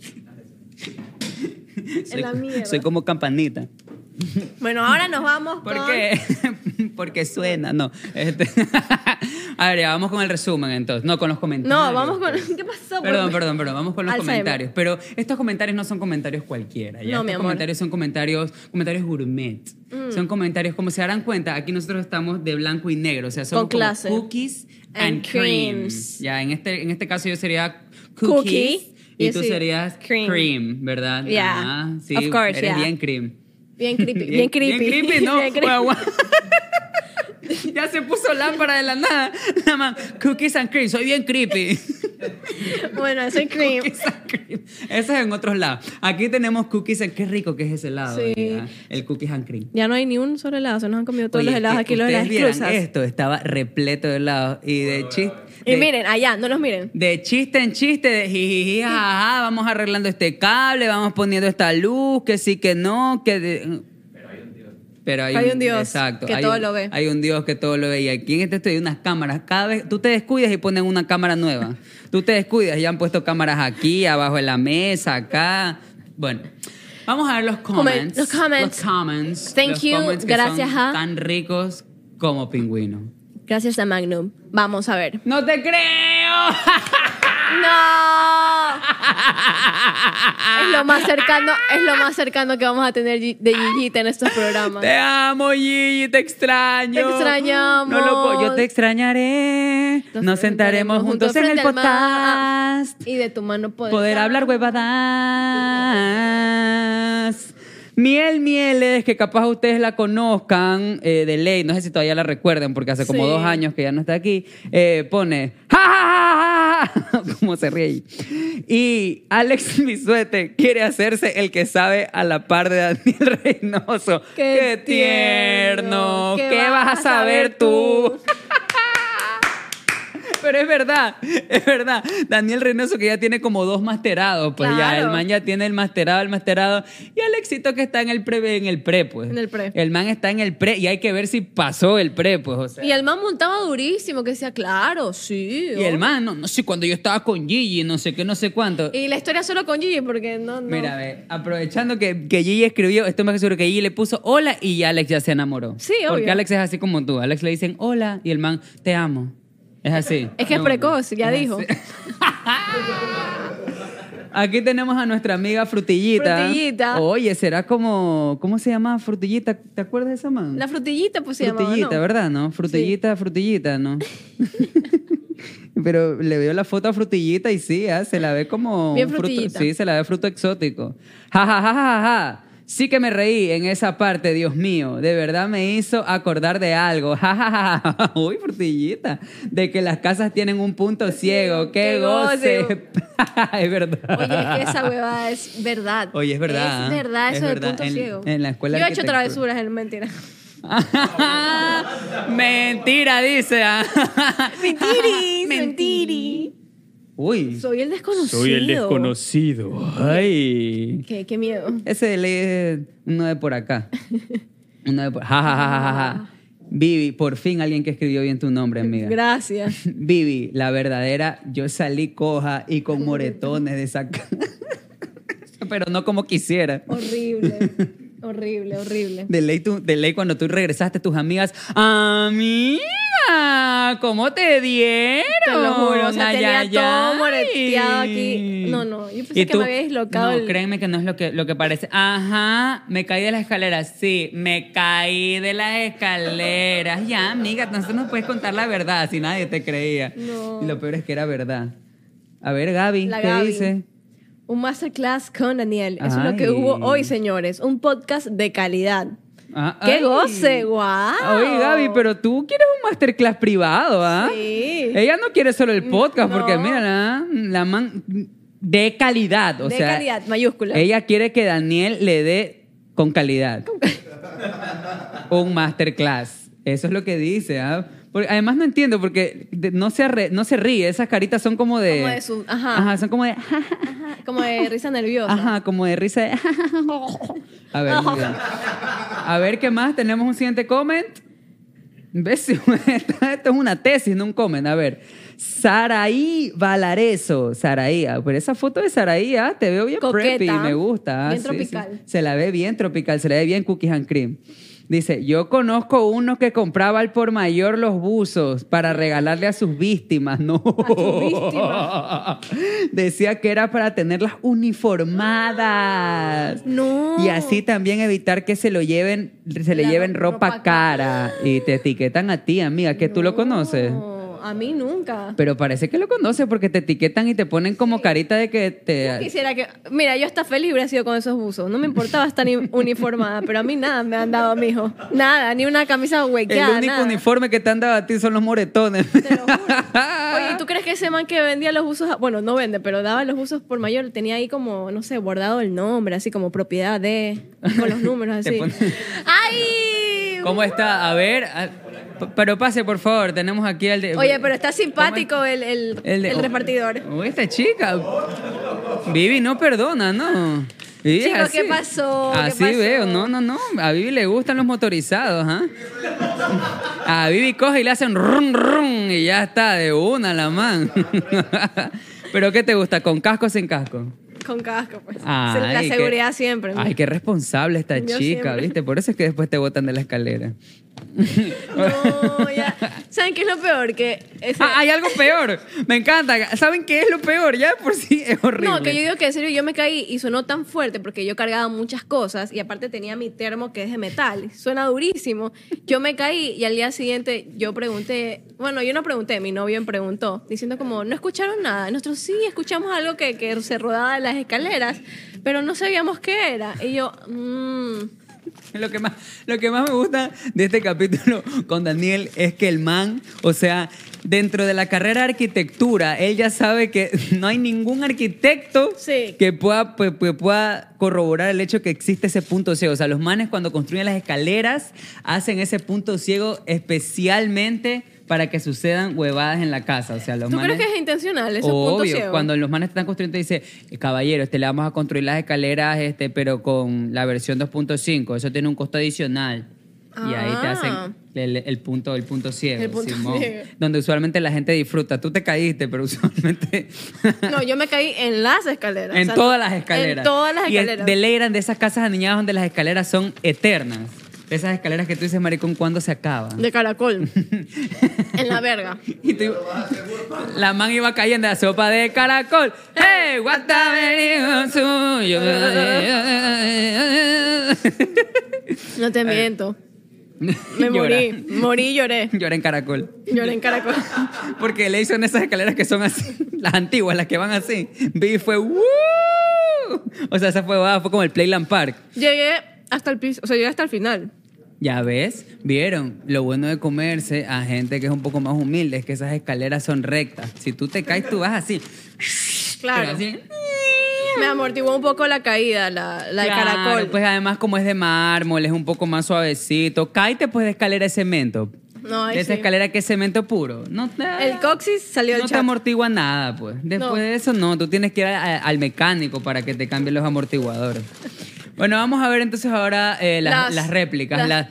Soy, la mierda. soy como campanita. Bueno, ahora nos vamos ¿Por con... qué? Porque suena, no. Este- A ver, ya vamos con el resumen entonces. No, con los comentarios. No, vamos con... ¿Qué pasó? Perdón, perdón, perdón. Vamos con los Alzheimer. comentarios. Pero estos comentarios no son comentarios cualquiera. ¿ya? No, estos mi amor. comentarios son comentarios, comentarios gourmet. Mm. Son comentarios, como se darán cuenta, aquí nosotros estamos de blanco y negro. O sea, somos Con como clase. cookies and, And creams. creams. Ya, en este, en este caso yo sería Cookie. cookies. Y, Y tú sí, serías cream, cream. ¿verdad? Yeah. Ah, sí, Of course, eres yeah. bien cream. Bien creepy, bien, creepy. Bien creepy, ¿no? Bien creepy. Guau, guau. Ya se puso lámpara de la nada. Nada más, cookies and cream. Soy bien creepy. Bueno, soy cream. Cookies and cream. Eso es en otros lados. Aquí tenemos cookies and... Qué rico que es ese helado. Sí. ¿verdad? El cookies and cream. Ya no hay ni un solo helado, se nos han comido todos Oye, los helados que aquí, los ustedes helados vieran exclusas. esto, estaba repleto de helados. Y de chiste... Y miren, allá, no los miren. De chiste en chiste, de jijiji, jajaja, vamos arreglando este cable, vamos poniendo esta luz, que sí, que no, que... de- Pero hay, Hay un Dios exacto, que hay todo un- lo ve. Hay un Dios que todo lo ve. Y aquí en este estudio hay unas cámaras. Cada vez tú te descuidas y ponen una cámara nueva. Tú te descuidas y han puesto cámaras aquí, abajo de la mesa, acá. Bueno, vamos a ver los comments. los comments. Los comments. Thank los you, comments que gracias son a- tan ricos como pingüino. Gracias a Magnum. Vamos a ver. ¡No te creo! ¡No! Es lo más cercano, es lo más cercano que vamos a tener de Gigita en estos programas. Te amo, Gigi, te extraño. Te extrañamos. No lo puedo- yo te extrañaré. Nos, sentaremos juntos en el frente al mar. podcast. Y de tu mano poder, Poder hablar huevadas. Miel Mieles, que capaz ustedes la conozcan eh, de ley, no sé si todavía la recuerden porque hace como Sí. dos años que ya no está aquí, eh, pone ¡ja, ja, ja, ja, ja! ¿Cómo se ríe ahí? Y Alex Bisuete quiere hacerse el que sabe a la par de Daniel Reynoso. ¡Qué tierno! tierno! ¿Qué, ¿Qué vas a saber tú? Pero es verdad, es verdad. Daniel Reynoso que ya tiene como dos masterados, pues ya Claro. el man ya tiene el masterado, el masterado. Y Alexito que está en el pre, en el pre, pues. En el pre. El man está en el pre y hay que ver si pasó el pre, pues. O sea. Y el man montaba durísimo, que decía, claro, sí. Y el oh. man, no, no sé, cuando yo estaba con Gigi, no sé qué, no sé cuánto. Y la historia solo con Gigi, porque no, no. Mira, ve, aprovechando que, que Gigi escribió, estoy más que seguro que Gigi le puso hola y ya Alex ya se enamoró. Sí, obvio. Porque Alex es así como tú. Alex le dicen hola y el man, te amo. Es así. Es que es precoz, ya es dijo. así. Aquí tenemos a nuestra amiga Frutillita. Frutillita. Oye, será como, ¿cómo se llama Frutillita? ¿Te acuerdas de esa man? La frutillita, pues se llamaba, Frutillita, ¿no? ¿verdad? ¿No? Frutillita, frutillita, ¿no? Pero le veo la foto a Frutillita y sí, ¿eh? Se la ve como... Bien un fruto- frutillita. sí, se la ve fruto exótico. Ja, ja, ja, ja, ja. Sí que me reí en esa parte, Dios mío. De verdad me hizo acordar de algo. Ja, ja, ja, ja. Uy, Frutillita. De que las casas tienen un punto ciego. ¡Qué, qué goce! goce. Es verdad. Oye, es que esa huevada es verdad. Oye, es verdad, Es ¿eh? verdad Es eso del verdad. punto En- ciego. en la escuela Yo he de hecho arquitectura. travesuras, es mentira. Mentira, dice. ah. Mentiris, mentiri. Uy. Soy el desconocido. desconocido. Ay. Qué, qué miedo. Ese de ley es uno de por acá. Uno de por... Ja, ja, ja, ja, ja, ja. Vivi, por fin alguien que escribió bien tu nombre, amiga. Gracias. Vivi, la verdadera, yo salí coja y con moretones de esa ca- pero no como quisiera. Horrible. Horrible, horrible. De ley, tú- de ley cuando tú regresaste, tus amigas, amiga, ¿cómo te dieron? Te lo juro, o sea, Ay, tenía ay, todo ay. moreteado aquí. No, no, yo pensé Y que me había dislocado No, el- créeme que no es lo que, lo que parece. Ajá, me caí de las escaleras. Sí, me caí de las escaleras. Ya, amiga, no nos puedes contar la verdad si nadie te creía. No. Y lo peor es que era verdad. A ver, Gaby, La ¿qué Gaby. dice? Un masterclass con Daniel. Eso es lo que Ay. hubo hoy, señores. Un podcast de calidad. Ah, ¡Qué ay. goce! ¡Guau! Oye, Gaby, pero tú quieres un masterclass privado, ¿ah? Sí. Ella no quiere solo el podcast, No. porque mira, la, la man de calidad, o de sea, calidad, mayúscula. ella quiere que Daniel le dé con calidad un masterclass. Eso es lo que dice, ¿ah? Porque además no entiendo porque de- no se arre- no se ríe, esas caritas son como de Como de su- ajá. Ajá, son como de Ajá, como de risa nerviosa. Ajá, como de risa de... A ver, muy bien. A ver, ¿qué más? Tenemos un siguiente comment. ¿Ves? Esto es una tesis, no un comment. A ver. Saraí Valareso. Saraí. ah, Pero esa foto de Saraí, ah, te veo bien Coqueta. preppy. Me gusta. ah, Bien sí, tropical. sí. Se la ve bien tropical. Se la ve bien cookies and cream. Dice, yo conozco uno que compraba al por mayor los buzos para regalarle a sus víctimas. No. sus víctimas. Decía que era para tenerlas uniformadas. No. Y así también evitar que se lo lleven, se le La lleven ro- ropa, ropa cara. Y te etiquetan a ti, amiga, que tú lo conoces. No, a mí nunca. Pero parece que lo conoces porque te etiquetan y te ponen como carita de que te... Quisiera que... Mira, yo hasta feliz hubiera sido con esos buzos. No me importaba estar ni- uniformada, pero a mí nada me han dado, mijo. Nada, ni una camisa El huequeada, único nada. uniforme que te han dado a ti son los moretones. Te lo juro. Oye, ¿tú crees que ese man que vendía los buzos, bueno, no vende, pero daba los buzos por mayor, tenía ahí como, no sé, bordado el nombre, así como propiedad de, con los números Te así? pone- ¡Ay! ¿Cómo está? A ver, a- p- pero pase, por favor, tenemos aquí al de... Oye, pero está ¿Cómo simpático el, el, El, de- el repartidor. Uy, esta chica. Vivi no perdona, ¿no? Vivi es Chicos, así. ¿qué pasó? ¿Qué Así pasó? veo, no, no, no. A Vivi le gustan los motorizados, ¿ah? A Vivi coge y le hacen rum, rum y ya está, de una la man. ¿Pero qué te gusta? ¿Con casco o sin casco? Con casco, pues. Ay, la qué- seguridad siempre. Ay, qué responsable esta Yo chica, siempre. ¿viste? Por eso es que después te botan de la escalera. No, ya. ¿Saben qué es lo peor? Que ese- Ah, hay algo peor. Me encanta. ¿Saben qué es lo peor? Ya de por sí es horrible. No, que yo digo que en serio yo me caí y sonó tan fuerte porque yo cargaba muchas cosas y aparte tenía mi termo que es de metal. Suena durísimo. Yo me caí y al día siguiente yo pregunté, bueno, yo no pregunté, mi novio me preguntó, diciendo como, ¿no escucharon nada? Nosotros sí escuchamos algo que, que se rodaba en las escaleras, pero no sabíamos qué era. Y yo, mmm... Lo que, más, lo que más me gusta de este capítulo con Daniel es que el man, o sea, dentro de la carrera de arquitectura, él ya sabe que no hay ningún arquitecto Sí. que, pueda, pues, pues, pueda corroborar el hecho que existe ese punto ciego. O sea, los manes cuando construyen las escaleras hacen ese punto ciego especialmente para que sucedan huevadas en la casa. O sea, los ¿Tú manes... crees que es intencional ese punto Obvio, ciego? cuando los manes están construyendo, dice, caballero, este, le vamos a construir las escaleras, este, pero con la versión dos punto cinco. Eso tiene un costo adicional. Y ahí te Ah. hacen el, el punto, el punto ciego. El punto Simón. ciego. Donde usualmente la gente disfruta. Tú te caíste, pero usualmente... No, yo me caí en las escaleras. en O sea, todas las escaleras. En todas las Y el- escaleras. de ley eran de esas casas aniñadas donde las escaleras son eternas. De esas escaleras que tú dices, maricón, ¿cuándo se acaban? De caracol. En la verga. Y tú- la man iba cayendo de la sopa de caracol. ¡Hey! ¡Guataverio suyo! No te miento. Me Llora. morí. Morí y lloré. Llora en caracol. Lloré en caracol. Porque le hizo en esas escaleras que son así, las antiguas, las que van así. Vi y fue ¡woo! O sea, esa fue, ah, fue como el Playland Park. Llegué hasta el piso. O sea, llegué hasta el final. Ya ves, vieron, lo bueno de comerse a gente que es un poco más humilde es que esas escaleras son rectas. Si tú te caes, tú vas así. Claro. Pero así, Me amortiguó un poco la caída, la, la de claro, caracol. pues además como es de mármol, es un poco más suavecito. Cáete pues de escalera de cemento. No, ahí de esa sí. escalera que es cemento puro. No te, El coxis salió del no te chat. amortigua nada, pues. Después No. de eso, no. Tú tienes que ir a- al mecánico para que te cambie los amortiguadores. Bueno, vamos a ver entonces ahora eh, las, las réplicas. Las,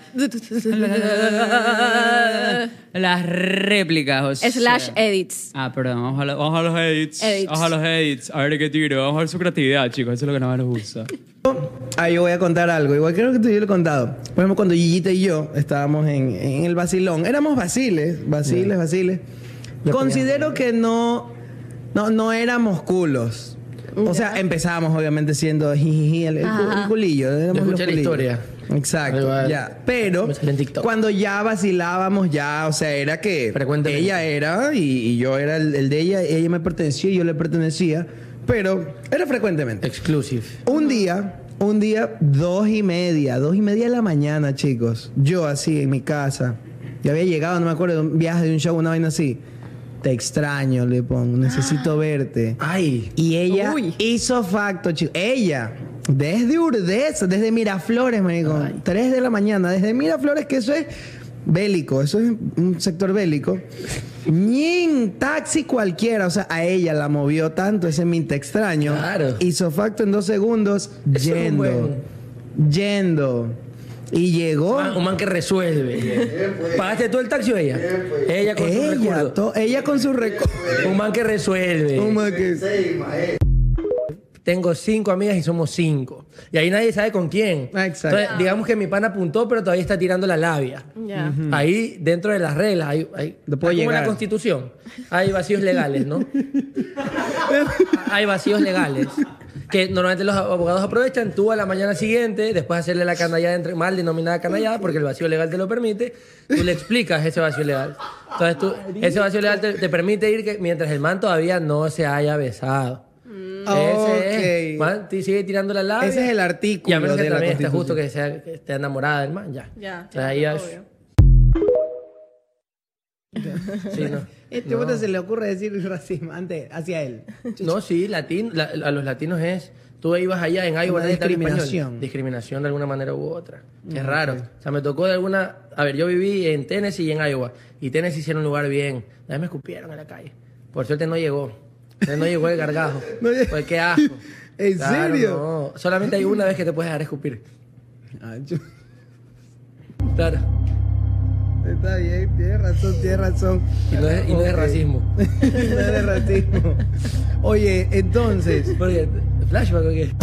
las réplicas, o sea. Slash edits. Ah, perdón. Vamos a, lo- vamos a los edits. Edits. Vamos a los edits. A ver qué tiro. Vamos a ver su creatividad, chicos. Eso es lo que no nos gusta. Ah, yo voy a contar algo. Igual creo que tú y yo lo he contado. Por ejemplo, cuando Gillita y yo estábamos en, en el vacilón. Éramos vaciles, vaciles, vaciles. Considero que no, no, no éramos culos. O sea, empezábamos obviamente siendo jijiji, el, el, cu- el culillo. Éramos Yo los escuché la culillos. historia. Exacto, Igual. ya. Pero Me sale en TikTok. cuando ya vacilábamos, ya, o sea, era que Frecuentemente. ella era y, y yo era el, el de ella, ella me pertenecía y yo le pertenecía, pero era frecuentemente. Exclusive. Un día, un día, dos y media, dos y media de la mañana, chicos. Yo así en mi casa. Ya había llegado, no me acuerdo, de un viaje de un show, una vaina así. Te extraño, le pongo, necesito verte. Ay. Y ella Uy. hizo facto, chicos. Ella, desde Urdesa, desde Miraflores, marico. Tres de la mañana, desde Miraflores, que eso es bélico, eso es un sector bélico. Ni en taxi cualquiera, o sea, a ella la movió tanto ese mi te extraño. Claro. Hizo facto en dos segundos, Eso es yendo, bueno. yendo. Y llegó. Man- un man que resuelve. ¿Pagaste tú el taxi o ella? Ella con su Ella, recuerdo. to- ella con su recuerdo. Un man que resuelve. Tengo cinco amigas y somos cinco. Y ahí nadie sabe con quién. Ah, exacto. Entonces, digamos que mi pana apuntó, pero todavía está tirando la labia. Ya. Ahí, dentro de las reglas, hay, hay, Le puedo hay como llegar. la Constitución. Hay vacíos legales, ¿no? Hay vacíos legales. Que normalmente los abogados aprovechan tú a la mañana siguiente, después de hacerle la canallada, entre, mal denominada canallada, porque el vacío legal te lo permite, tú le explicas ese vacío legal. Entonces tú, ese vacío legal te, te permite ir que, mientras el man todavía no se haya besado. Ese es, Ok. man, ti- sigue tirando la labia. Ese es el artículo Y a menos que de la también esté justo Constitución. que, sea, que esté enamorada del man, ya. Ya, O sea, ahí ya- obvio. sí, no. Este puto se le ocurre decir racismo antes hacia él. No, sí, latino, la- a los latinos es... Tú ibas allá en Iowa, Una nadie te habla español. discriminación. Discriminación de alguna manera u otra. Es raro. O sea, me tocó de alguna... A ver, yo viví en Tennessee y en Iowa. Y Tennessee hicieron un lugar bien. Una vez me escupieron en la calle. Por suerte no llegó. No llegó el gargajo. No llegó. Pues qué asco. ¿En Claro, serio? No. Solamente hay una vez que te puedes dejar escupir. Ah, yo- Claro. Está bien, tiene razón, tiene razón. Y no es, y no es Ok. racismo. No es de racismo. Oye, entonces, Porque, flashback o qué.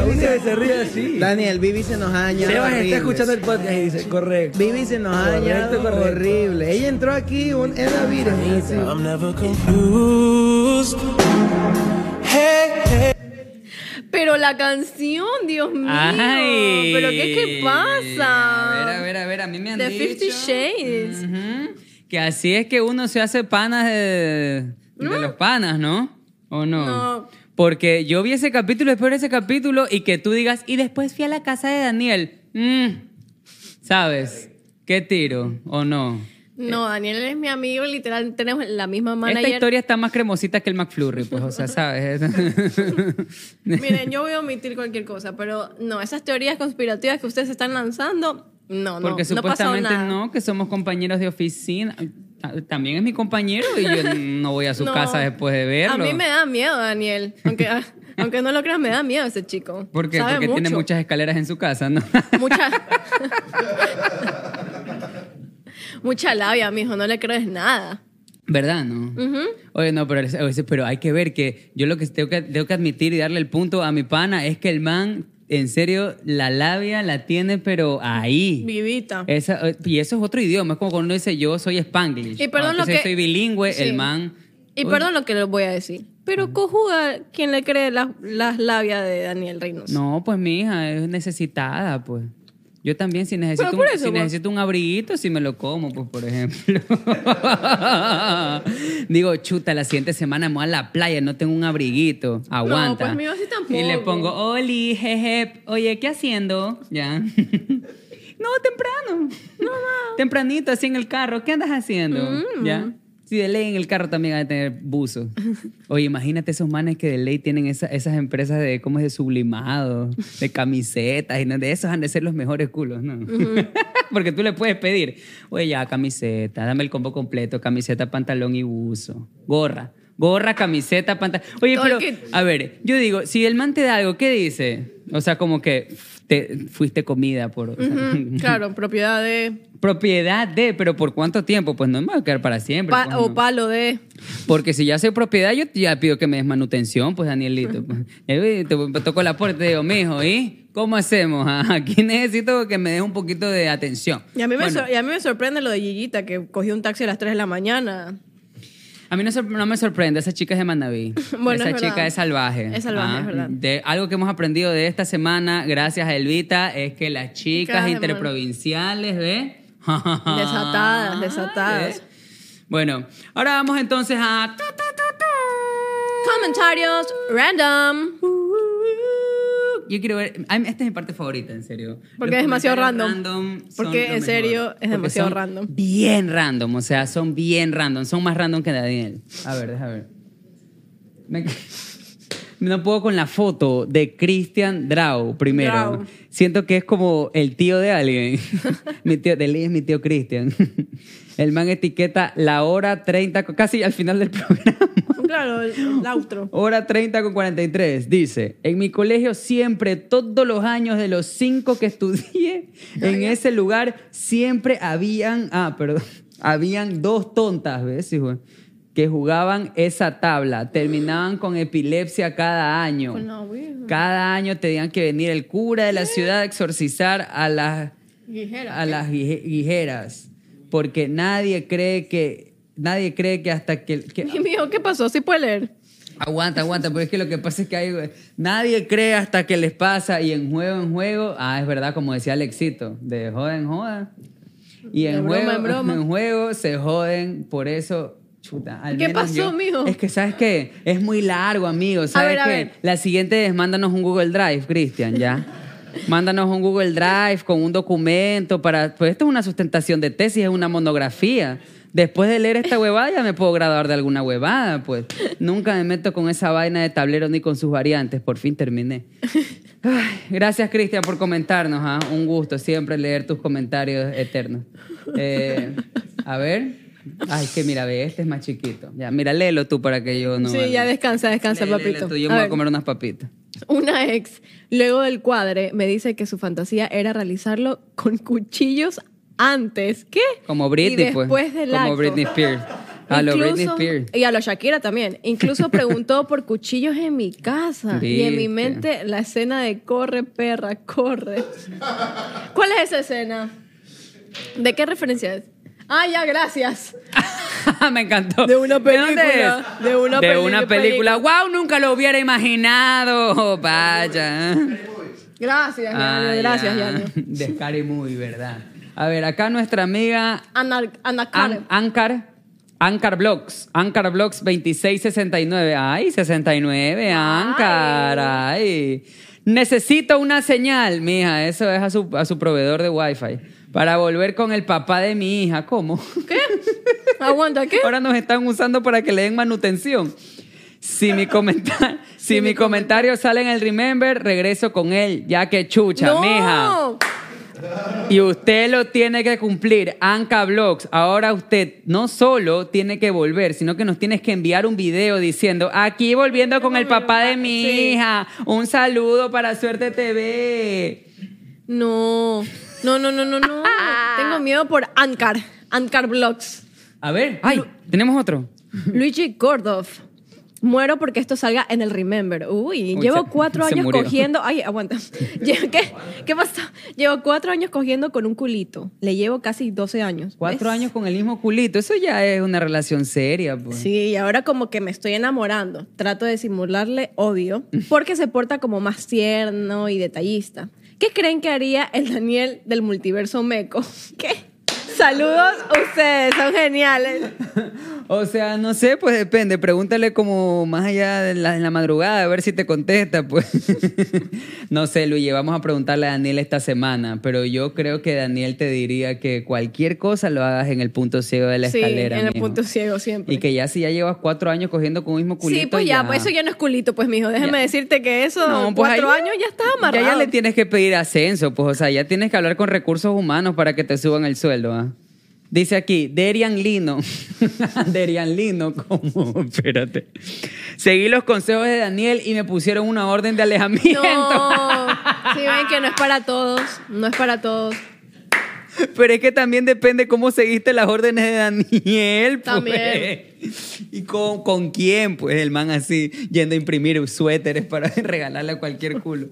única que se ríe así. Daniel, Vivi se nos ha dañado. Sebas está horrible. escuchando el podcast y dice, correcto. Vivi se nos ha dañado Correcto, correcto. horrible. Ella entró aquí, un, es la virgen. así. I'm never confused. Hey, hey. Pero la canción, Dios mío. Ay. ¿Pero qué, qué pasa? A ver, a ver, a ver, a mí me han The dicho. Fifty Shades. Ujú, que así es que uno se hace panas de, de los panas, ¿no? ¿O no? No. Porque yo vi ese capítulo, después de ese capítulo, y que tú digas, y después fui a la casa de Daniel. Mm, ¿Sabes? ¿Qué tiro? ¿O no? No, Daniel es mi amigo, literal, tenemos la misma manager. Esta historia está más cremosita que el McFlurry, pues, o sea, ¿sabes? Miren, yo voy a omitir cualquier cosa, pero no, esas teorías conspirativas que ustedes están lanzando, no, no, Porque no ha pasado supuestamente nada. no, que somos compañeros de oficina. También es mi compañero y yo no voy a su No. casa después de verlo. A mí me da miedo, Daniel. Aunque, aunque no lo creas, me da miedo ese chico. ¿Por qué? Sabe Porque tiene mucho. muchas escaleras en su casa, ¿no? Mucha... Mucha labia, mijo, no le crees nada. ¿Verdad, no? Oye, no, pero, pero hay que ver que yo lo que tengo, que tengo que admitir y darle el punto a mi pana es que el man, en serio, la labia la tiene, pero ahí. Vivita. Esa, y eso es otro idioma. Es como cuando uno dice yo soy Spanglish. Y perdón Aunque lo sea que- soy bilingüe, Sí. el man... Y Uy, perdón lo que les voy a decir, pero cojuda quien le cree las, las labias de Daniel Reynoso. No, pues mi hija es necesitada, pues. Yo también, si necesito, Pero por un, eso, si pues. necesito un abriguito, si me lo como, pues, por ejemplo. Digo, chuta, la siguiente semana me voy a la playa, no tengo un abriguito. Aguanta. pues, mío, así tampoco. Y le pongo, Oli, jeje, oye, ¿qué haciendo? Ya. No, temprano. No, Tempranito, así en el carro. ¿Qué andas haciendo? Mm. Ya. Sí, de ley en el carro también ha de tener buzo. Oye, imagínate esos manes que de ley tienen esa- esas empresas de, ¿cómo es? De sublimado, de camisetas, y no, de esos han de ser los mejores culos, ¿no? Porque tú le puedes pedir, oye, ya, camiseta, dame el combo completo, camiseta, pantalón y buzo, gorra. Gorra, camiseta, pantalón. Oye, Todo pero, el kit. a ver, yo digo, si el man te da algo, ¿qué dice? O sea, como que te fuiste comida por... o sea, Ujú, claro, propiedad de... propiedad de, pero ¿por cuánto tiempo? Pues no me va a quedar para siempre. pa- pues, o no. palo de... Porque si ya soy propiedad, yo ya pido que me des manutención, pues, Danielito. Pues. Eh, Te te toco la puerta y te digo, mijo, ¿y cómo hacemos? Ah, Aquí necesito que me des un poquito de atención. Y a, mí me Bueno, sor- y a mí me sorprende lo de Gigita, que cogió un taxi a las tres de la mañana. a mí no, sor- no me sorprende, esa chica es de Manaví. Bueno, esa es chica verdad. es salvaje. Es salvaje, es verdad. De, algo que hemos aprendido de esta semana, gracias a Elvita, es que las chicas Chicas de interprovinciales, ¿ve? Desatadas, desatadas. ¿Ve? Bueno, ahora vamos entonces a... Comentarios random. Yo quiero ver. a mí- Esta es mi parte favorita, en serio. Porque Los es demasiado comentarios random. son Porque, lo en serio, mejor. es Porque demasiado son random. Bien random, o sea, son bien random. Son más random que Daniel. A ver, déjame ver. Me- No puedo con la foto de Christian Drau primero. Drau. Siento que es como el tío de alguien. Mi tío, de ley es mi tío Christian. El man etiqueta la hora treinta, casi al final del programa. Claro, el, el outro. Hora treinta con cuarenta y tres. Dice, en mi colegio siempre, todos los años de los cinco que estudié, en ese lugar siempre habían, ah, perdón, habían dos tontas, ¿ves, hijo? Que jugaban esa tabla. Terminaban con epilepsia cada año. Con la Ouija. Cada año tenían que venir el cura de la ciudad a exorcizar a las, Guijera. a las guije- guijeras. Porque nadie cree que, nadie cree que hasta que... que Y mío, ¿qué pasó? ¿Sí puede leer? Aguanta, aguanta, porque es que lo que pasa es que hay, nadie cree hasta que les pasa y en juego en juego, ah, es verdad, como decía Alexito, de joda en joda. Y en, De broma juego, en broma. en juego se joden, por eso, chuta. Al ¿Qué menos pasó, yo- mijo? Es que, ¿sabes qué? Es muy largo, amigo. ¿Sabes ver, a qué? ver. La siguiente es, mándanos un Google Drive, Cristian, ¿ya? Mándanos un Google Drive con un documento para... Pues esto es una sustentación de tesis, es una monografía. Después de leer esta huevada ya me puedo graduar de alguna huevada, pues. Nunca me meto con esa vaina de tablero ni con sus variantes. Por fin terminé. Ay, gracias, Cristian, por comentarnos. ¿Ah? Un gusto siempre leer tus comentarios eternos. Eh, a ver. Ay, que mira, ve, este es más chiquito. Ya, mira, léelo tú para que yo no... Sí, ya descansa, descansa, Lee, léelo papito. tú, yo A me voy ver. a comer unas papitas. Una ex, luego del cuadre, me dice que su fantasía era realizarlo con cuchillos antes. ¿Qué? Como Britney, y después pues. del Como acto. Britney Spears. A lo Britney Incluso- Spears. Y a los Shakira también. Incluso preguntó por cuchillos en mi casa. Y en mi Viste. mente la escena de corre, perra, corre. ¿Cuál es esa escena? ¿De qué referencia es? Ah, ya, gracias. Me encantó. De una dónde película, es? de una de peli- una película. ¡Wow! Nunca lo hubiera imaginado. Vaya. Gracias, Yanio, Ah, gracias, ya. Yanio. De Scary Movie, ¿verdad? A ver, acá nuestra amiga Ana, Ana Karen. An- Ancar, Ancar Blogs, Ancar Blogs veintiséis sesenta y nueve. Ay, sesenta y nueve, Ancar. Ay. Necesito una señal, mija. Eso es a su, a su proveedor de Wi-Fi. Para volver con el papá de mi hija. ¿Cómo? ¿Qué? Aguanta, ¿qué? Ahora nos están usando para que le den manutención. Si mi, comenta- si mi comentario sale en el Remember, regreso con él, ya que chucha, ¡No! mija. Y usted lo tiene que cumplir, Anca Vlogs. Ahora usted no solo tiene que volver, sino que nos tienes que enviar un video diciendo, aquí volviendo con el papá de mi Sí. hija. Un saludo para Suerte T V. No, no, no, no, no, no. Tengo miedo por Ankar, Ankar Vlogs. A ver, ay, tenemos otro. Luigi Gordov. Muero porque esto salga en el Remember. Uy, Uy, llevo se- cuatro se años murió. cogiendo. Ay, aguanta. Lle- ¿Qué? ¿Qué pasó? Llevo cuatro años cogiendo con un culito. Le llevo casi doce años. Cuatro ¿ves? años con el mismo culito. Eso ya es una relación seria, pues. Sí, y ahora como que me estoy enamorando. Trato de simularle odio porque se porta como más tierno y detallista. ¿Qué creen que haría el Daniel del multiverso meco? ¿Qué? Saludos, ustedes son geniales. O sea, no sé, pues depende. Pregúntale como más allá de la, en la madrugada, a ver si te contesta, pues. No sé, Luigi, vamos a preguntarle a Daniel esta semana, pero yo creo que Daniel te diría que cualquier cosa lo hagas en el punto ciego de la Sí, escalera. en el mijo. punto ciego siempre. Y que ya si ya llevas cuatro años cogiendo con un mismo culito. Sí, pues ya, pues eso ya no es culito, pues mijo. Déjeme Ya. decirte que eso, No, pues cuatro ahí- años ya está amarrado. Ya, ya le tienes que pedir ascenso, pues, o sea, ya tienes que hablar con recursos humanos para que te suban el sueldo, ¿ah? Dice aquí, Derian Lino. Derian Lino, ¿cómo? Espérate. Seguí los consejos de Daniel y me pusieron una orden de alejamiento. No, sí ven que no es para todos, no es para todos. Pero es que también depende cómo seguiste las órdenes de Daniel, pues. También. ¿Y con, con quién? Pues el man así, yendo a imprimir suéteres para regalarle a cualquier culo.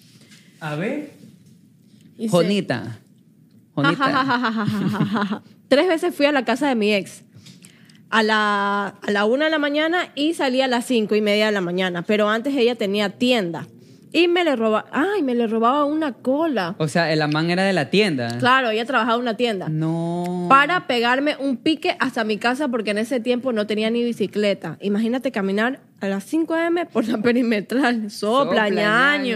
A ver. Y se- Jonita. Jonita. Ja, ja, ja, ja, ja, ja, ja, ja. Tres veces fui a la casa de mi ex. A la, a la una de la mañana y salí a las cinco y media de la mañana. Pero antes ella tenía tienda. Y me le robaba, ay, me le robaba una cola. O sea, el man era de la tienda. Claro, ella trabajaba en una tienda. No. Para pegarme un pique hasta mi casa porque en ese tiempo no tenía ni bicicleta. Imagínate caminar a las cinco a eme por la perimetral. Sopla, ñaño.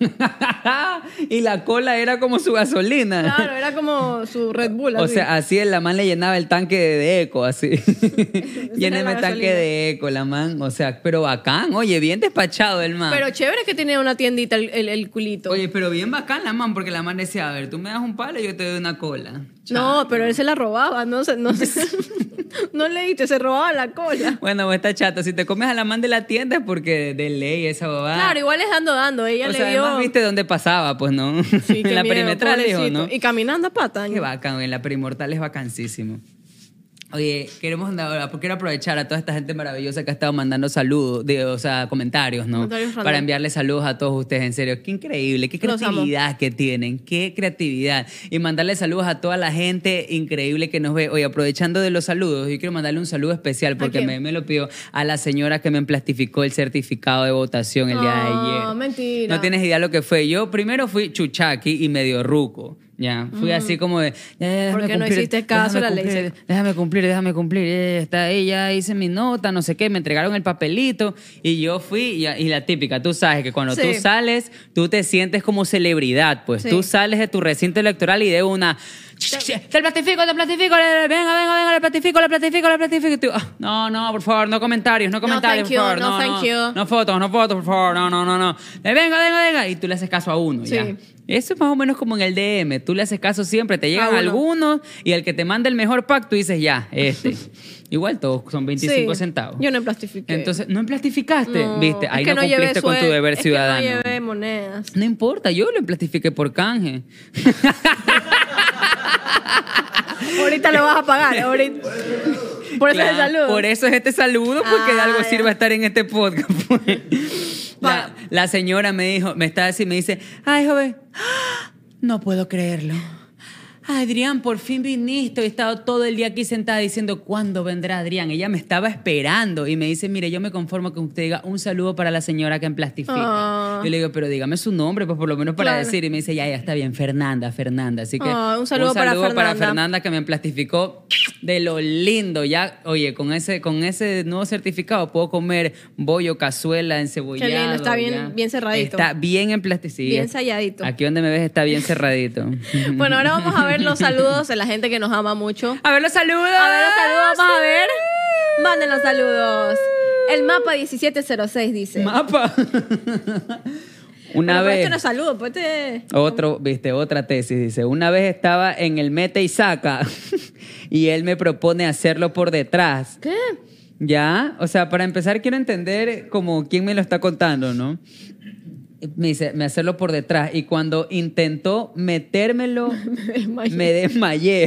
Y la cola era como su gasolina. Claro, era como su Red Bull. O así. sea, así la man le llenaba el tanque de, de eco, así. Lléneme la el tanque gasolina. de eco, la man. O sea, pero bacán, oye, bien despachado el man. Pero chévere que tenía una tiendita el, el- el culito. Oye, pero bien bacán la man, porque la man decía, a ver, tú me das un palo y yo te doy una cola. No, pero él se la robaba, no se, no, se- no leíste, se robaba la cola. Bueno, pues está chato. Si te comes a la man de la tienda es porque de ley esa bobada. Claro, igual es dando, dando. Ella o le sea, dio. además viste dónde pasaba, pues, ¿no? Sí, qué en la miedo, perimetral, dijo, pobrecito. ¿no? Y caminando a pata. Qué bacán, en la Perimortal es vacancísimo. Oye, queremos andar- quiero aprovechar a toda esta gente maravillosa que ha estado mandando saludos, de, o sea, comentarios, ¿no? Comentarios random. Para enviarles saludos a todos ustedes, en serio. Qué increíble, qué Los amo. creatividad que tienen, qué creatividad. Y mandarle saludos a toda la gente increíble que nos ve. Oye, aprovechando de los saludos, yo quiero mandarle un saludo especial porque quién? me, me lo pidió a la señora que me emplastificó el certificado de votación el día de Ah, ayer. mentira. No tienes idea lo que fue. Yo primero fui chuchaqui y medio ruco. Ya, fui así como de... ya, ya, déjame ¿Por qué no cumplir, hiciste caso a la déjame ley cumplir, seca? Déjame cumplir, déjame cumplir. eh, Está ahí, ya hice mi nota, no sé qué. Me entregaron el papelito y yo fui. Y, y la típica, tú sabes que cuando Sí. tú sales, tú te sientes como celebridad. Pues Sí. tú sales de tu recinto electoral y de una... Te platifico, te platifico, le- venga, venga, venga, le platifico, le platifico, le platifico. Y tú, ah, no, no, por favor, no comentarios, no comentarios, thank por you, favor. no, thank you. No fotos, no fotos, por favor, no, no, no, no. Eh, Venga, venga, venga. Y tú le haces caso a uno, Sí. ya. Eso es más o menos como en el D M. Tú le haces caso siempre, te llegan A uno. algunos y el que te manda el mejor pack, tú dices, ya, este. Igual todos son veinticinco Sí, centavos. Yo no plastifiqué. Entonces, ¿no emplastificaste? No, ¿Viste? Ahí es que no, llevé cumpliste con tu suel- deber es ciudadano. Que no llevé monedas. No importa, yo lo emplastifiqué por canje. Ahorita lo vas a pagar, ahorita. Por eso es el Claro, saludo. Por eso es este saludo, porque de Ah, algo ya. sirve estar en este podcast. pues. La, la señora me dijo, me está así, me dice, ay, joven, no puedo creerlo. Adrián, por fin viniste. He estado todo el día aquí sentada diciendo, ¿cuándo vendrá Adrián? Ella me estaba esperando y me dice, mire, yo me conformo con usted diga un saludo para la señora que en plastifica. Ah. Yo le digo, pero dígame su nombre, pues por lo menos para Claro. decir. Y me dice, ya, ya está bien, Fernanda, Fernanda. Así que Ah, un saludo para para Fernanda. Fernanda que me plastificó de lo lindo. Ya, oye, con ese, con ese nuevo certificado puedo comer bollo, cazuela, encebollado. Qué lindo, está bien- ya. bien cerradito. Está bien en plasticina. Bien selladito. Aquí donde me ves está bien cerradito. Bueno, ahora vamos a ver los saludos de la gente que nos ama mucho. A ver los saludos. A ver los saludos, vamos a ver. Manden los saludos. El mapa diecisiete cero seis dice. Mapa. Una Bueno, pero vez. esto no es saludo, pues este... Otro, viste, otra tesis, dice. Una vez estaba en el mete y saca y él me propone hacerlo por detrás. ¿Qué? Ya, o sea, para empezar quiero entender como quién me lo está contando, ¿no? Me dice, me hacerlo por detrás y cuando intentó metérmelo, me desmayé.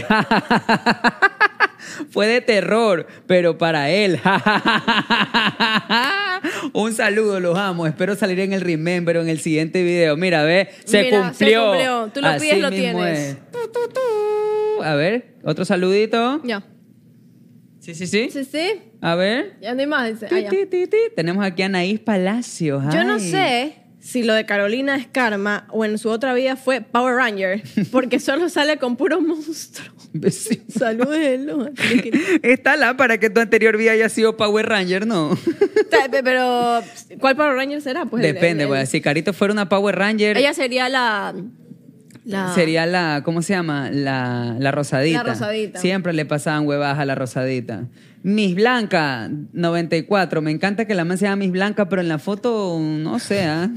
Fue de terror, pero para él. Un saludo, los amo. Espero salir en el Remember o en el siguiente video. Mira, ve, se Mira, se cumplió. cumplió. Tú lo Así pides, lo mismo tienes. es. Tu, tu, tu. A ver, otro saludito. Ya. Sí, sí, sí. Sí, sí. A ver. Ya no hay más. dice. Ti, Ah, ya. ti, ti, ti. Tenemos aquí a Anaís Palacios. Yo no Ay. sé si lo de Carolina es karma o en su otra vida fue Power Ranger, porque solo sale con puro monstruo. Sí. Salúdenlo. Está la para que tu anterior vida haya sido Power Ranger, ¿no? Pero, ¿cuál Power Ranger será? Pues el- Depende, el- pues. Si Carito fuera una Power Ranger, Ella sería la... la sería la, ¿cómo se llama? La, la rosadita. La rosadita. Siempre le pasaban huevadas a la rosadita. Miss Blanca, noventa y cuatro. Me encanta que la man se llama Miss Blanca, pero en la foto, no sé, ¿ah?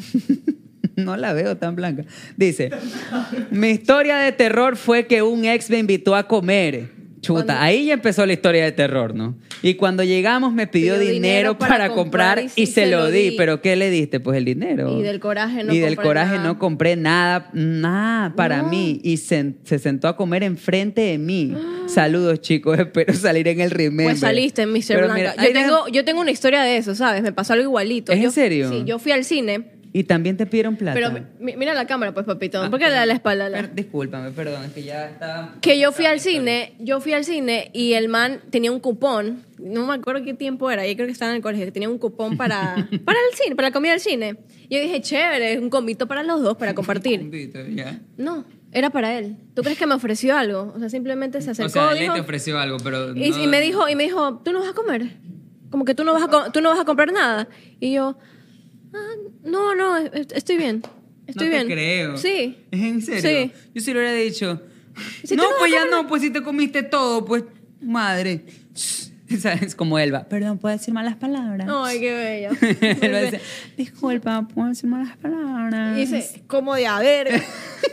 No la veo tan blanca. Dice, mi historia de terror fue que un ex me invitó a comer. Chuta, Cuando- ahí ya empezó la historia de terror, ¿no? Y cuando llegamos me pidió, Pidió dinero, dinero para, para comprar, comprar y, se, lo di. di. ¿Pero qué le diste? Pues el dinero. Y del coraje no Y del compré coraje nada. no compré nada, nada para No. mí. Y se, se sentó a comer enfrente de mí. Saludos, chicos. Espero salir en el Remember. Pues saliste en mister Pero Blanca. mira, yo, ahí tengo, deja- yo tengo una historia de eso, ¿sabes? Me pasó algo igualito. ¿Es en Yo- serio? Sí, yo fui al cine, Y también te pidieron plata. pero mi- mira la cámara, pues, papito. Ah, ¿Por qué le da la espalda? a la- per- discúlpame, perdón. Es que ya estaba... Que yo fui al cine, yo fui al cine y el man tenía un cupón, no me acuerdo qué tiempo era, yo creo que estaba en el colegio, que tenía un cupón para, para el cine, para la comida del cine. Y yo dije, chévere, es un combito para los dos, para compartir. Ya. No, era para él. ¿Tú crees que me ofreció algo? O sea, simplemente se acercó, O sea, él dijo, te ofreció algo, pero... y, no- y me dijo, y me dijo, ¿tú no vas a comer? Como que tú no vas a, co- tú no vas a comprar nada. Y yo, ah, no, no, est- estoy bien. Estoy no bien. te creo. Sí. ¿Es en serio? Sí. Yo sí lo hubiera dicho. Si no, tú no pues vas a ya no, pues si te comiste todo, pues madre. ¿Sabes? Como Elba. Perdón, ¿puedo decir malas palabras? Ay, qué bella. Él va a decir, disculpa, ¿puedo decir malas palabras? Y dice, como de a ver.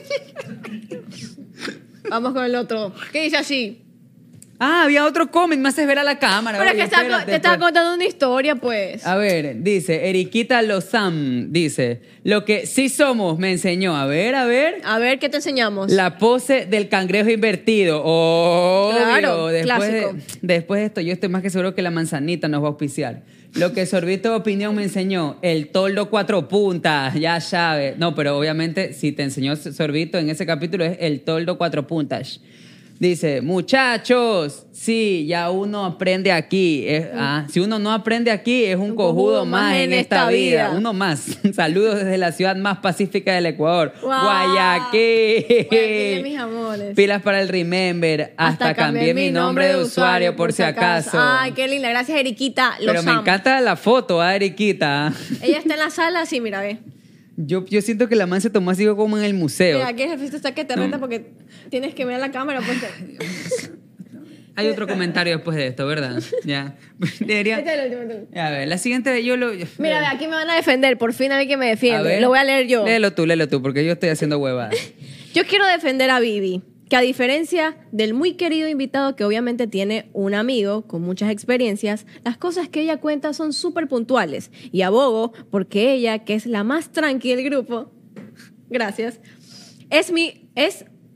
Vamos con el otro. ¿Qué dice así? Ah, había otro cómic, me haces ver a la cámara. Pero es Oye, que está- espérate, te estaba pues. contando una historia, pues. A ver, dice, Eriquita Lozam, dice, lo que sí somos, me enseñó. A ver, a ver. A ver, ¿qué te enseñamos? La pose del cangrejo invertido. Obvio. Claro, después, de, clásico. después de esto, yo estoy más que seguro que la manzanita nos va a auspiciar. Lo que Sorbito de Opinión me enseñó, el toldo cuatro puntas, ya sabes. No, pero obviamente si te enseñó Sorbito en ese capítulo es el toldo cuatro puntas. Dice, muchachos, sí, ya uno aprende aquí. Es- ah, si uno no aprende aquí, es un, cojudo, más en esta vida. Uno más. Saludos desde la ciudad más pacífica del Ecuador, Guau. Guayaquil. Guayaquil, mis amores. Pilas para el Remember. Hasta, cambié mi nombre de usuario por si acaso. Ay, qué linda. Gracias, Eriquita. Los Pero me amo. encanta la foto, ah, Eriquita. Ella está en la sala, sí, mira, ve. Yo, yo siento que la man se tomó así como en el museo. Mira, aquí el jefecito está que te reta porque tienes que mirar la cámara. Pues. Hay otro comentario después de esto, ¿verdad? Ya. Debería... Este es el último, este es el último. A ver, la siguiente yo lo... Mira, ve, aquí me van a defender. Por fin a ver que me defiende. A ver. Lo voy a leer yo. Léelo tú, léelo tú, porque yo estoy haciendo huevadas. Yo quiero defender a Vivi, que a diferencia del muy querido invitado que obviamente tiene un amigo con muchas experiencias, las cosas que ella cuenta son súper puntuales y abogo porque ella, que es la más tranqui del grupo, gracias, es mi, es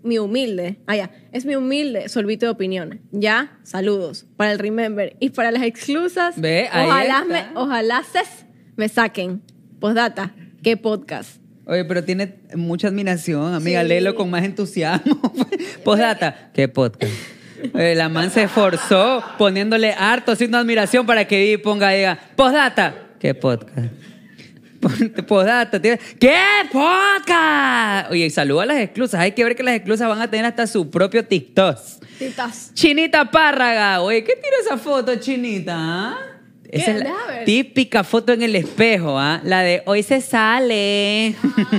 mi humilde, ah, ya, es mi humilde sorbito de opiniones. Ya, saludos para el Remember. Y para las exclusas, Ve, ahí ojalá, está. me, ojalá ses me saquen. Postdata, ¿qué podcast? Oye, pero tiene mucha admiración, amiga. Sí. Léelo con más entusiasmo. Postdata, ¿qué podcast? Oye, la man se esforzó poniéndole harto signo de admiración para que Vivi ponga, diga, postdata, ¿qué podcast? Postdata, ¿qué podcast? Oye, y saluda a las exclusas. Hay que ver que las exclusas van a tener hasta su propio TikTok. Titas. Chinita Párraga. Oye, ¿qué tira esa foto, Chinita? ¿Ah? Esa es la Deja ver. típica foto en el espejo, ¿ah? La de hoy se sale.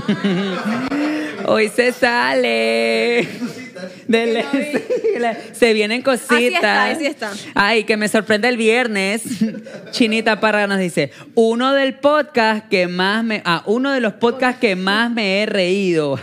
Hoy se sale. Del- se vienen cositas. Así está, así está. Ay, que me sorprende el viernes. Chinita Parra nos dice, uno del podcast que más me, ah, uno de los podcasts que más me he reído.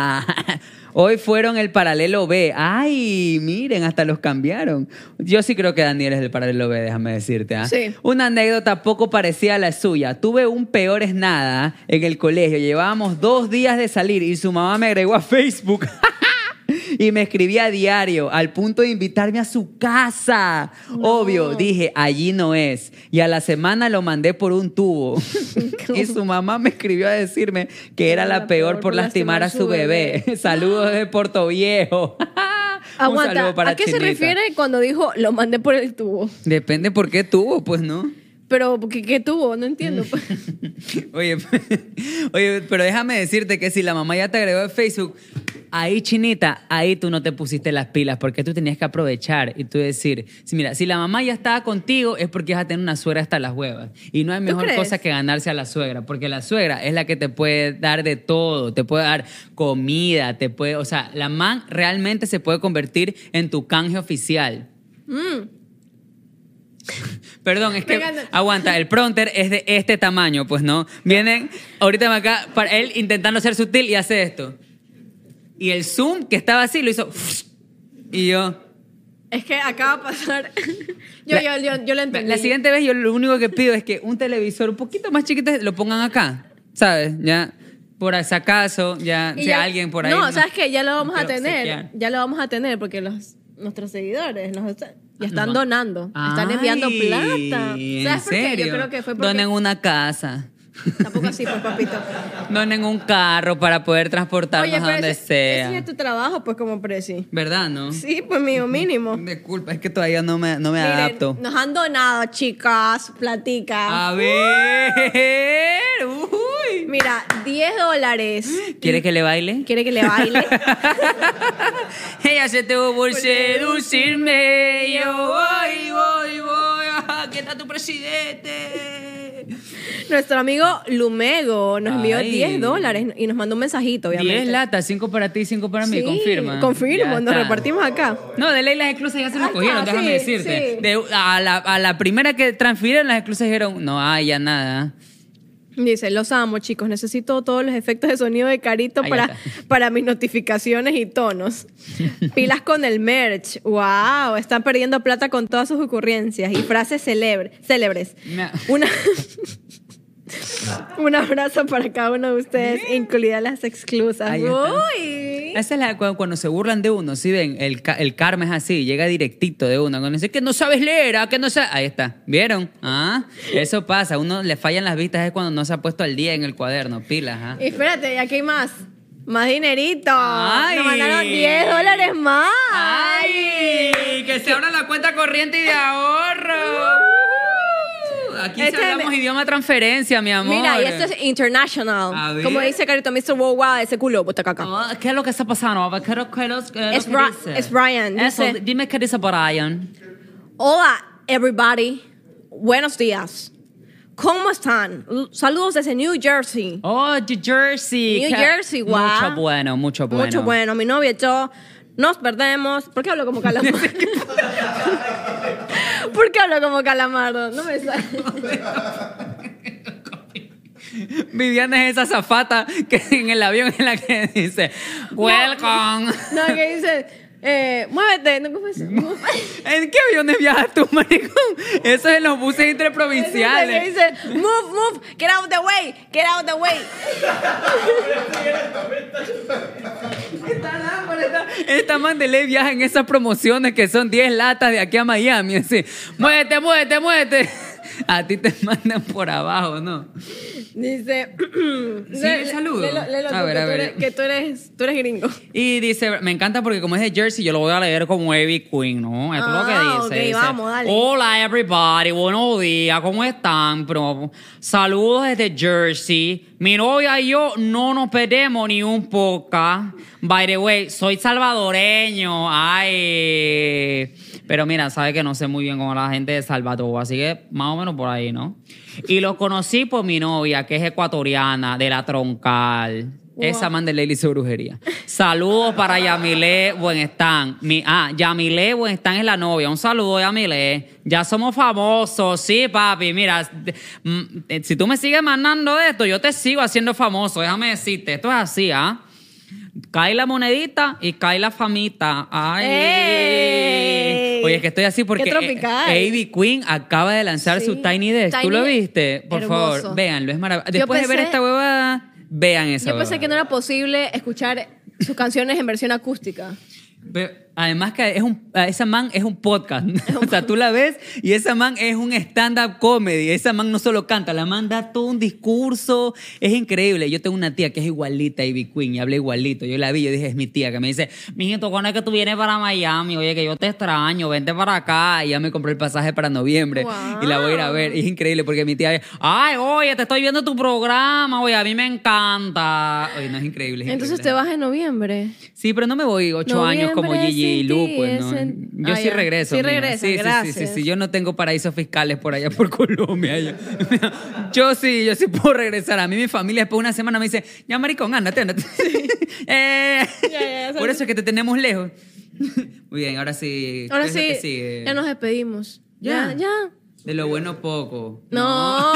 Hoy fueron el Paralelo B. Ay, miren, hasta los cambiaron. Yo sí creo que Daniel es del Paralelo B, déjame decirte. ¿ah? Sí. Una anécdota poco parecida a la suya. Tuve un peor es nada en el colegio. Llevábamos dos días de salir y su mamá me agregó a Facebook. Y me escribía a diario, al punto de invitarme a su casa. Obvio, dije, allí no es. Y a la semana lo mandé por un tubo. Y su mamá me escribió a decirme que era la peor por lastimar a su bebé. Saludos de Puerto Viejo. Un Aguanta, saludo para ¿a qué se Chinita. refiere cuando dijo lo mandé por el tubo? Depende por qué tubo, pues, ¿no? Pero, ¿qué, qué tubo? No entiendo. pues. Oye, oye, pero déjame decirte que si la mamá ya te agregó de Facebook, ahí, Chinita, ahí tú no te pusiste las pilas porque tú tenías que aprovechar y tú decir, si mira, si la mamá ya estaba contigo es porque vas a tener una suegra hasta las huevas. Y no hay mejor crees? cosa que ganarse a la suegra, porque la suegra es la que te puede dar de todo, te puede dar comida, te puede, o sea, la man realmente se puede convertir en tu canje oficial. Mm. Perdón, es que Venga, no. aguanta, el prompter es de este tamaño, pues no. Vienen ahorita acá, para él intentando ser sutil y hace esto. Y el zoom que estaba así lo hizo. Y yo. Es que acaba de pasar. yo, La- yo, yo, yo lo entendí. La siguiente vez yo lo único que pido es que un televisor un poquito más chiquito lo pongan acá, ¿sabes? Ya, por si acaso, ya, Y si ya- alguien por ahí. No, ¿sabes qué? Ya lo vamos a quiero tener. obsequiar. Ya lo vamos a tener porque los, nuestros seguidores nos están- ya están No. donando. Están Ay, enviando plata. ¿En ¿Sabes por qué? serio? Yo creo que fue porque... Donen una casa. Tampoco así, pues, papito. Donen un carro para poder transportarnos Oye, a pero donde ese, sea. ese es tu trabajo, pues, como presi. ¿Verdad, no? Sí, pues, mío, mínimo. Disculpa, es que todavía no me, no me Miren, adapto. nos han donado, chicas, platica. A ver. Uy. Mira, diez dólares. ¿Quiere que le baile? ¿Quiere que le baile? Ella se tuvo por seducirme. Y yo voy, voy, voy. Aquí está tu presidente. Nuestro amigo Lumego nos envió Ay. diez dólares y nos mandó un mensajito, obviamente. Diez latas, cinco para ti, cinco para mí. Sí, Confirma. confirmo, Ya nos está. repartimos acá. No, de ley las exclusas ya se nos Ah, cogieron, está, déjame sí, decirte. sí. De- a, la, a la primera que transfirieron, las exclusas dijeron, no hay ya nada. Dice, los amo, chicos. Necesito todos los efectos de sonido de Carito Ahí para, está. para mis notificaciones y tonos. Pilas con el merch. Wow, están perdiendo plata con todas sus ocurrencias y frases celebre- célebres. Me- Una... Un abrazo para cada uno de ustedes, incluidas las exclusas. Ahí está. Uy. Esa es la cuando, cuando se burlan de uno, ¿sí ven? El, ca- el karma es así, llega directito de uno. Cuando dice que no sabes leer, ¿ah? Que no sabes. Ahí está, ¿vieron? ¿Ah? Eso pasa, a uno le fallan las vistas es cuando no se ha puesto al día en el cuaderno, pilas, ¿ah? Y espérate, aquí hay más. Más dinerito. Ay. Nos mandaron diez dólares más. ¡Ay! Que se abra la cuenta corriente y de ahorro. Aquí Este sí hablamos me- idioma transferencia, mi amor. Mira, y esto es international. A ver. Como dice Carito, mister Worldwide, ese culo, puta caca. Ah, ¿qué es lo que está pasando? A ver, ¿Qué es lo, qué es lo- qué es Es lo que Bri- dice? es Brian, Eso, dice- dime qué dice Brian. Hola, everybody. Buenos días. ¿Cómo están? L- Saludos desde New Jersey. Oh, New Jersey. New Qué- Jersey, guau. Mucho bueno, mucho bueno. Mucho bueno. Mi novia y yo nos perdemos. ¿Por qué hablo como calamardo? ¿Por qué hablo como calamardo? No me sale. Viviana es esa zafata que en el avión en la que dice Welcome. No, que dice, Eh, muévete. ¿No? ¿Cómo es? Move. ¿En qué aviones viajas tú, maricón? Eso es en los buses interprovinciales. Dice, move, move, get out the way, get out the way. Esta, lámpara, esta, esta man de ley viaja en esas promociones que son diez latas de aquí a Miami. Así, muévete, muévete, muévete. A ti te mandan por abajo, ¿no? Dice, Sí, el saludo. Léelo, léelo A tú, ver, que, a tú ver. eres, que tú eres, tú eres gringo. Y dice, me encanta porque como es de Jersey, yo lo voy a leer como Ivy Queen, ¿no? Esto es lo que Ah, dice. ok, Dice, vamos, dale. hola everybody, buenos días, ¿cómo están? Pero, saludos desde Jersey. Mi novia y yo no nos perdemos ni un podcast. By the way, soy salvadoreño. Ay. Pero mira, sabe que no sé muy bien con la gente de Salvador, así que más o menos por ahí, ¿no? Y los conocí por mi novia, que es ecuatoriana, de la Troncal. Wow. Esa man de Lely hizo brujería. Saludos para Yamile Buenestán. Mi, ah, Yamile Buenestán es la novia. Un saludo, Yamile. Ya somos famosos. Sí, papi. Mira, mm, si tú me sigues mandando esto, yo te sigo haciendo famoso. Déjame decirte. Esto es así, ¿ah? Cae la monedita y cae la famita. Ay. ¡Ey! Oye, es que estoy así porque ¡Qué tropical! Ivy Queen acaba de lanzar Sí. su Tiny Desk. ¿Tú Tiny lo Desk. viste? Por Hermoso. favor, véanlo. Es maravilloso. Yo Después de ver pensé- esta huevada, vean esa Yo pensé huevada. que no era posible escuchar sus canciones en versión acústica. Pero, además que es un, esa man es un podcast. O sea, tú la ves y esa man es un stand-up comedy. Esa man no solo canta, la man da todo un discurso. Es increíble. Yo tengo una tía que es igualita a Ivy Queen y habla igualito. Yo la vi, yo dije, es mi tía, que me dice, mijito, ¿cuándo es que tú vienes para Miami? Oye, que yo te extraño, vente para acá. Y ya me compré el pasaje para noviembre Wow. y la voy a ir a ver. Y es increíble porque mi tía, ay, oye, te estoy viendo tu programa, oye, a mí me encanta. Oye, no es increíble. es Entonces te increíble. vas en noviembre. Sí, pero no me voy ocho años como Noviembre Gigi y sin Lu, ti pues, es ¿no? en- Yo Ah, sí ya. regreso. Sí mija. regresas, sí, sí, sí, sí, gracias. sí. Yo no tengo paraísos fiscales por allá por Colombia. Yo, yo sí, yo sí puedo regresar. A mí mi familia después de una semana me dice, ya maricón, ándate, ándate. Eh, Ya, ya, por eso es que te tenemos lejos. Muy bien, ahora sí. Ahora ¿qué es lo sí, que sigue? ya nos despedimos. Ya. Ya, ya. De lo bueno poco. No.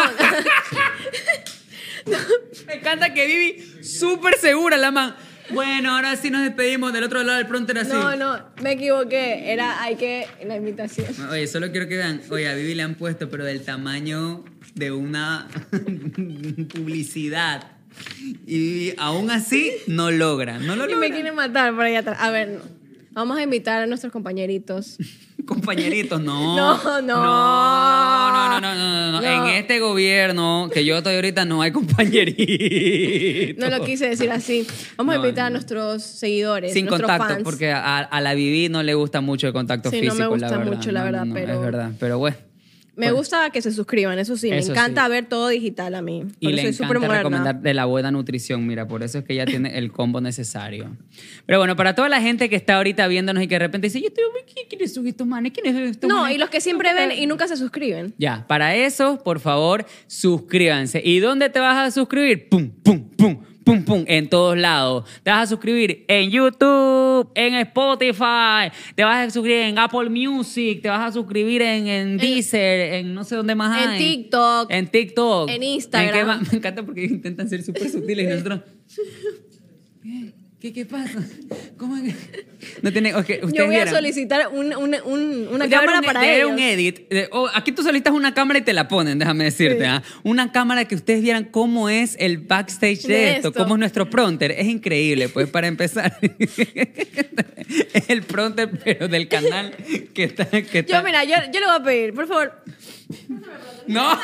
Me encanta que Vivi súper segura la man. Bueno, ahora sí nos despedimos del otro lado del pronter así. No, no, me equivoqué. Era, hay que, la invitación. Oye, solo quiero que vean. Oye, a Vivi le han puesto, pero del tamaño de una publicidad. Y Vivi, aún así, no logra. No lo Y me logra. quieren matar por allá atrás. A ver, no. Vamos a invitar a nuestros compañeritos. Compañeritos, no. No, no. No, no, no, no, no, no. No. En este gobierno que yo estoy ahorita no hay compañeritos. No lo quise decir así. Vamos No, a invitar a no. nuestros seguidores, Sin nuestros contacto, fans. porque a, a la Vivi no le gusta mucho el contacto Sí, no físico, me gusta la verdad. mucho, la No, verdad, no, no, pero- Es verdad, pero bueno. Me Bueno. gusta que se suscriban, eso sí. Me Eso encanta sí. ver todo digital a mí. Por Y eso le soy súper encanta moderna. recomendar de la buena nutrición, mira, por eso es que ella tiene el combo necesario. Pero bueno, para toda la gente que está ahorita viéndonos y que de repente dice, yo estoy, ¿quién- ¿quiénes son estos manes? ¿Quiénes son estos No, manes? y los que siempre ven y nunca se suscriben. Ya, para eso, por favor, suscríbanse. ¿Y dónde te vas a suscribir? Pum, pum, pum, pum, pum, en todos lados. Te vas a suscribir en YouTube, en Spotify, te vas a suscribir en Apple Music, te vas a suscribir en, en Deezer, en no sé dónde más En hay. TikTok. En TikTok. En Instagram. qué más? Me encanta porque intentan ser súper sutiles y nosotros... ¿Qué? ¿Qué, qué pasa? ¿Cómo es que- No tienen... ok, ustedes Yo voy a vieran. solicitar un- un- un- una Debe cámara haber un- para debe haber ellos. un edit. Eh, oh, aquí tú solicitas una cámara y te la ponen, déjame decirte. Sí. ¿ah? Una cámara que ustedes vieran cómo es el backstage de, De esto, esto. cómo es nuestro pronter. Es increíble, pues, para empezar. Es el pronter, pero del canal que está... Que está... Yo, mira, yo, yo le voy a pedir, por favor. ¡No!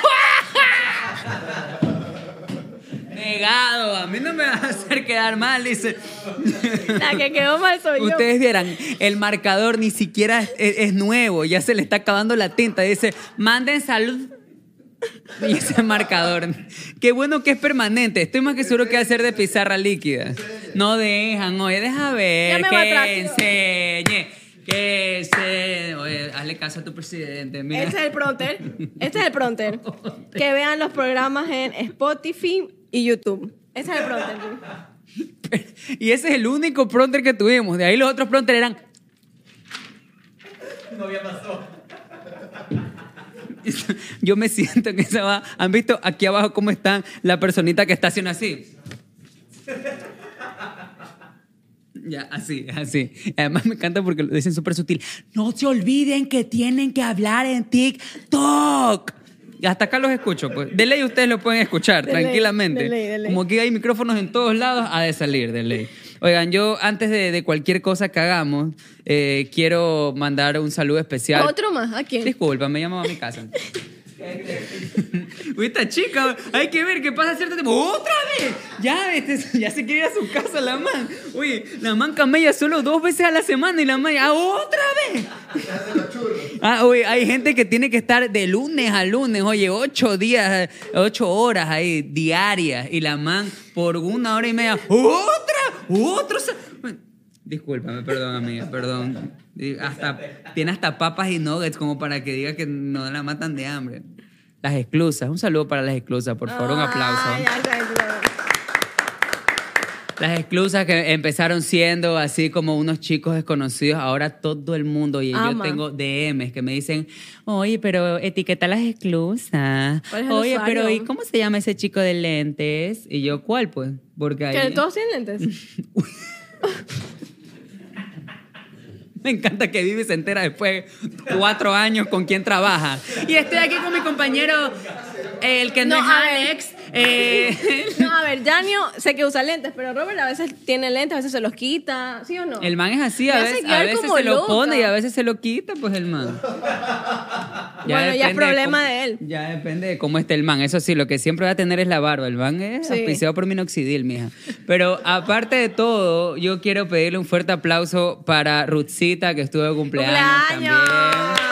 Negado, a mí no me vas a hacer quedar mal, dice. La que quedó mal soy yo. Ustedes vieran, el marcador ni siquiera es, es- es nuevo, ya se le está acabando la tinta. Dice, manden salud. Y ese marcador. Qué bueno que es permanente. Estoy más que seguro que va a ser de pizarra líquida. No dejan, oye, deja ver. Ya me va atrás. Que enseñe. Que enseñe. Oye, hazle caso a tu presidente. Mira. Este es el pronter. Este es el pronter. Que vean los programas en Spotify y YouTube. Este es el pronter. Y ese es el único pronter que tuvimos. De ahí los otros pronter eran. Yo me siento en esa va. ¿Han visto aquí abajo cómo está la personita que está haciendo así? Ya, así, así. Además me encanta porque lo dicen súper sutil. No se olviden que tienen que hablar en TikTok. Y hasta acá los escucho, pues. De ley ustedes lo pueden escuchar De ley, tranquilamente. de ley, de ley. Como aquí hay micrófonos en todos lados, ha de salir de ley. Oigan, yo antes de, de cualquier cosa que hagamos, eh, quiero mandar un saludo especial. ¿Otro más? ¿A quién? Disculpa, me llamaba a mi casa. Uy, esta chica, hay que ver qué pasa cierto tiempo. ¡Otra vez! Ya, este, ya se quiere ir a su casa la man. Uy, la man camella solo dos veces a la semana y la man, ¡ah, otra vez! Ah, uy, hay gente que tiene que estar de lunes a lunes, oye, ocho días, ocho horas ahí, diarias. Y la man, por una hora y media, ¡otra! ¡Otra! Discúlpame, perdón, amiga, perdón. Hasta, tiene hasta papas y nuggets como para que diga que no la matan de hambre. Las exclusas, un saludo para las exclusas, por favor, un aplauso. Ay, ay, ay, ay. Las exclusas que empezaron siendo así como unos chicos desconocidos, ahora todo el mundo, y yo Ama. tengo D Ms que me dicen, oye, pero etiqueta las exclusas. ¿Cuál es el Oye, usuario? pero ¿y cómo se llama ese chico de lentes? Y yo, ¿cuál pues? Porque ahí... ¿Que todos tienen lentes? Me encanta que Vivi se entera después de cuatro años con quién trabaja. Y estoy aquí con mi compañero, el que no, No, es a ver. Alex. Eh, No, a ver, Janio sé que usa lentes, pero Robert a veces tiene lentes, a veces se los quita, ¿sí o no? el man es así, Me a hace veces, quedar a veces como se lo loca. pone y a veces se lo quita, pues el man. Bueno, ya es depende problema cómo- de él. Ya depende de cómo esté el man. Eso sí, lo que siempre va a tener es la barba. El man es Sí. auspiciado por minoxidil, mija. Pero aparte de todo, yo quiero pedirle un fuerte aplauso para Ruthcita, que estuvo de cumpleaños, ¡Cumpleaños! también.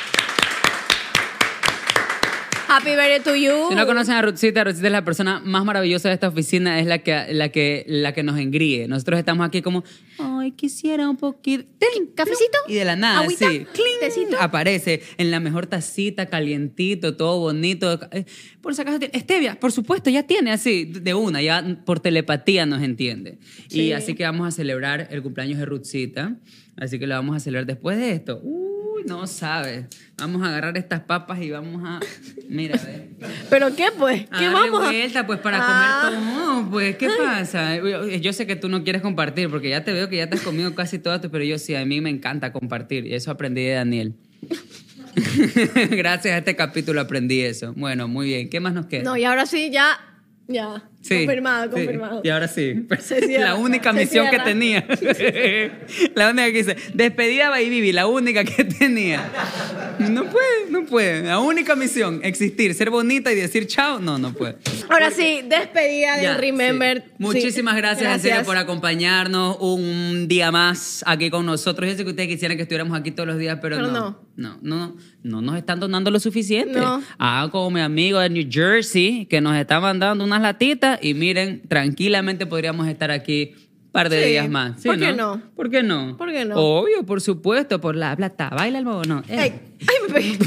Happy birthday to you. Si no conocen a Ruthcita, Ruthcita es la persona más maravillosa de esta oficina, es la que, la que, la que nos engríe. Nosotros estamos aquí como, ay, quisiera un poquito. ¡Tin! ¿Cafecito? Y de la nada, ¿Agüita? sí. ¡Cling! ¿Tecito? Aparece en la mejor tacita, calientito, todo bonito. Eh, Por si acaso tiene. Stevia, por supuesto, ya tiene así, de una, ya por telepatía nos entiende. Sí. Y así que vamos a celebrar el cumpleaños de Ruthcita. Así que lo vamos a celebrar después de esto. Uy, no sabes. Vamos a agarrar estas papas y vamos a. Mira, ve. ¿Pero qué, pues? A ¿Qué darle vamos a...? vuelta, pues, para Ah. comer todo. Pues, ¿qué pasa? Yo sé que tú no quieres compartir, porque ya te veo que ya te has comido casi todo, pero yo sí, a mí me encanta compartir. Y eso aprendí de Daniel. Gracias a este capítulo aprendí eso. Bueno, muy bien. ¿Qué más nos queda? No, y ahora sí, ya... Ya. Sí, confirmado, sí. confirmado. Y ahora sí. Se cierra, La única se misión que cierra. tenía. La única que hice. Despedida by Vivi, la única que tenía. No puede, no puede. La única misión, existir, ser bonita y decir chao. No, no puede. Ahora sí, despedida del Ya, Remember. sí. Muchísimas Sí, gracias, en serio, por acompañarnos un día más aquí con nosotros. Yo sé que ustedes quisieran que estuviéramos aquí todos los días, pero, Pero no, no. No, no, no nos están donando lo suficiente. No. Ah, como mi amigo de New Jersey, que nos está mandando unas latitas y miren, tranquilamente podríamos estar aquí un par de Sí. días más. ¿Sí, ¿Por qué no? ¿Por qué no? ¿Por qué no? Obvio, por supuesto, por la plata. Baila el mono. Eh. Ay, ay, me pegué.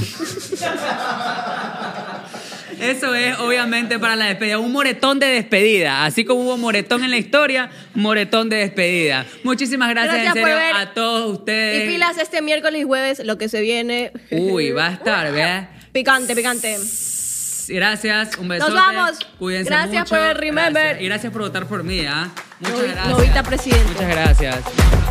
Eso es, obviamente, para la despedida. Un moretón de despedida. Así como hubo moretón en la historia, moretón de despedida. Muchísimas gracias, Gracias en por serio, ver. a todos ustedes. Y pilas este miércoles y jueves, lo que se viene. Uy, va a estar, ¿verdad? Picante, picante. Gracias, un besote. Nos vamos. Cuídense Gracias mucho. por el Remember. Gracias. Y gracias por votar por mí, ¿ah? Muchas Novi- gracias. Novita presidente. Muchas gracias.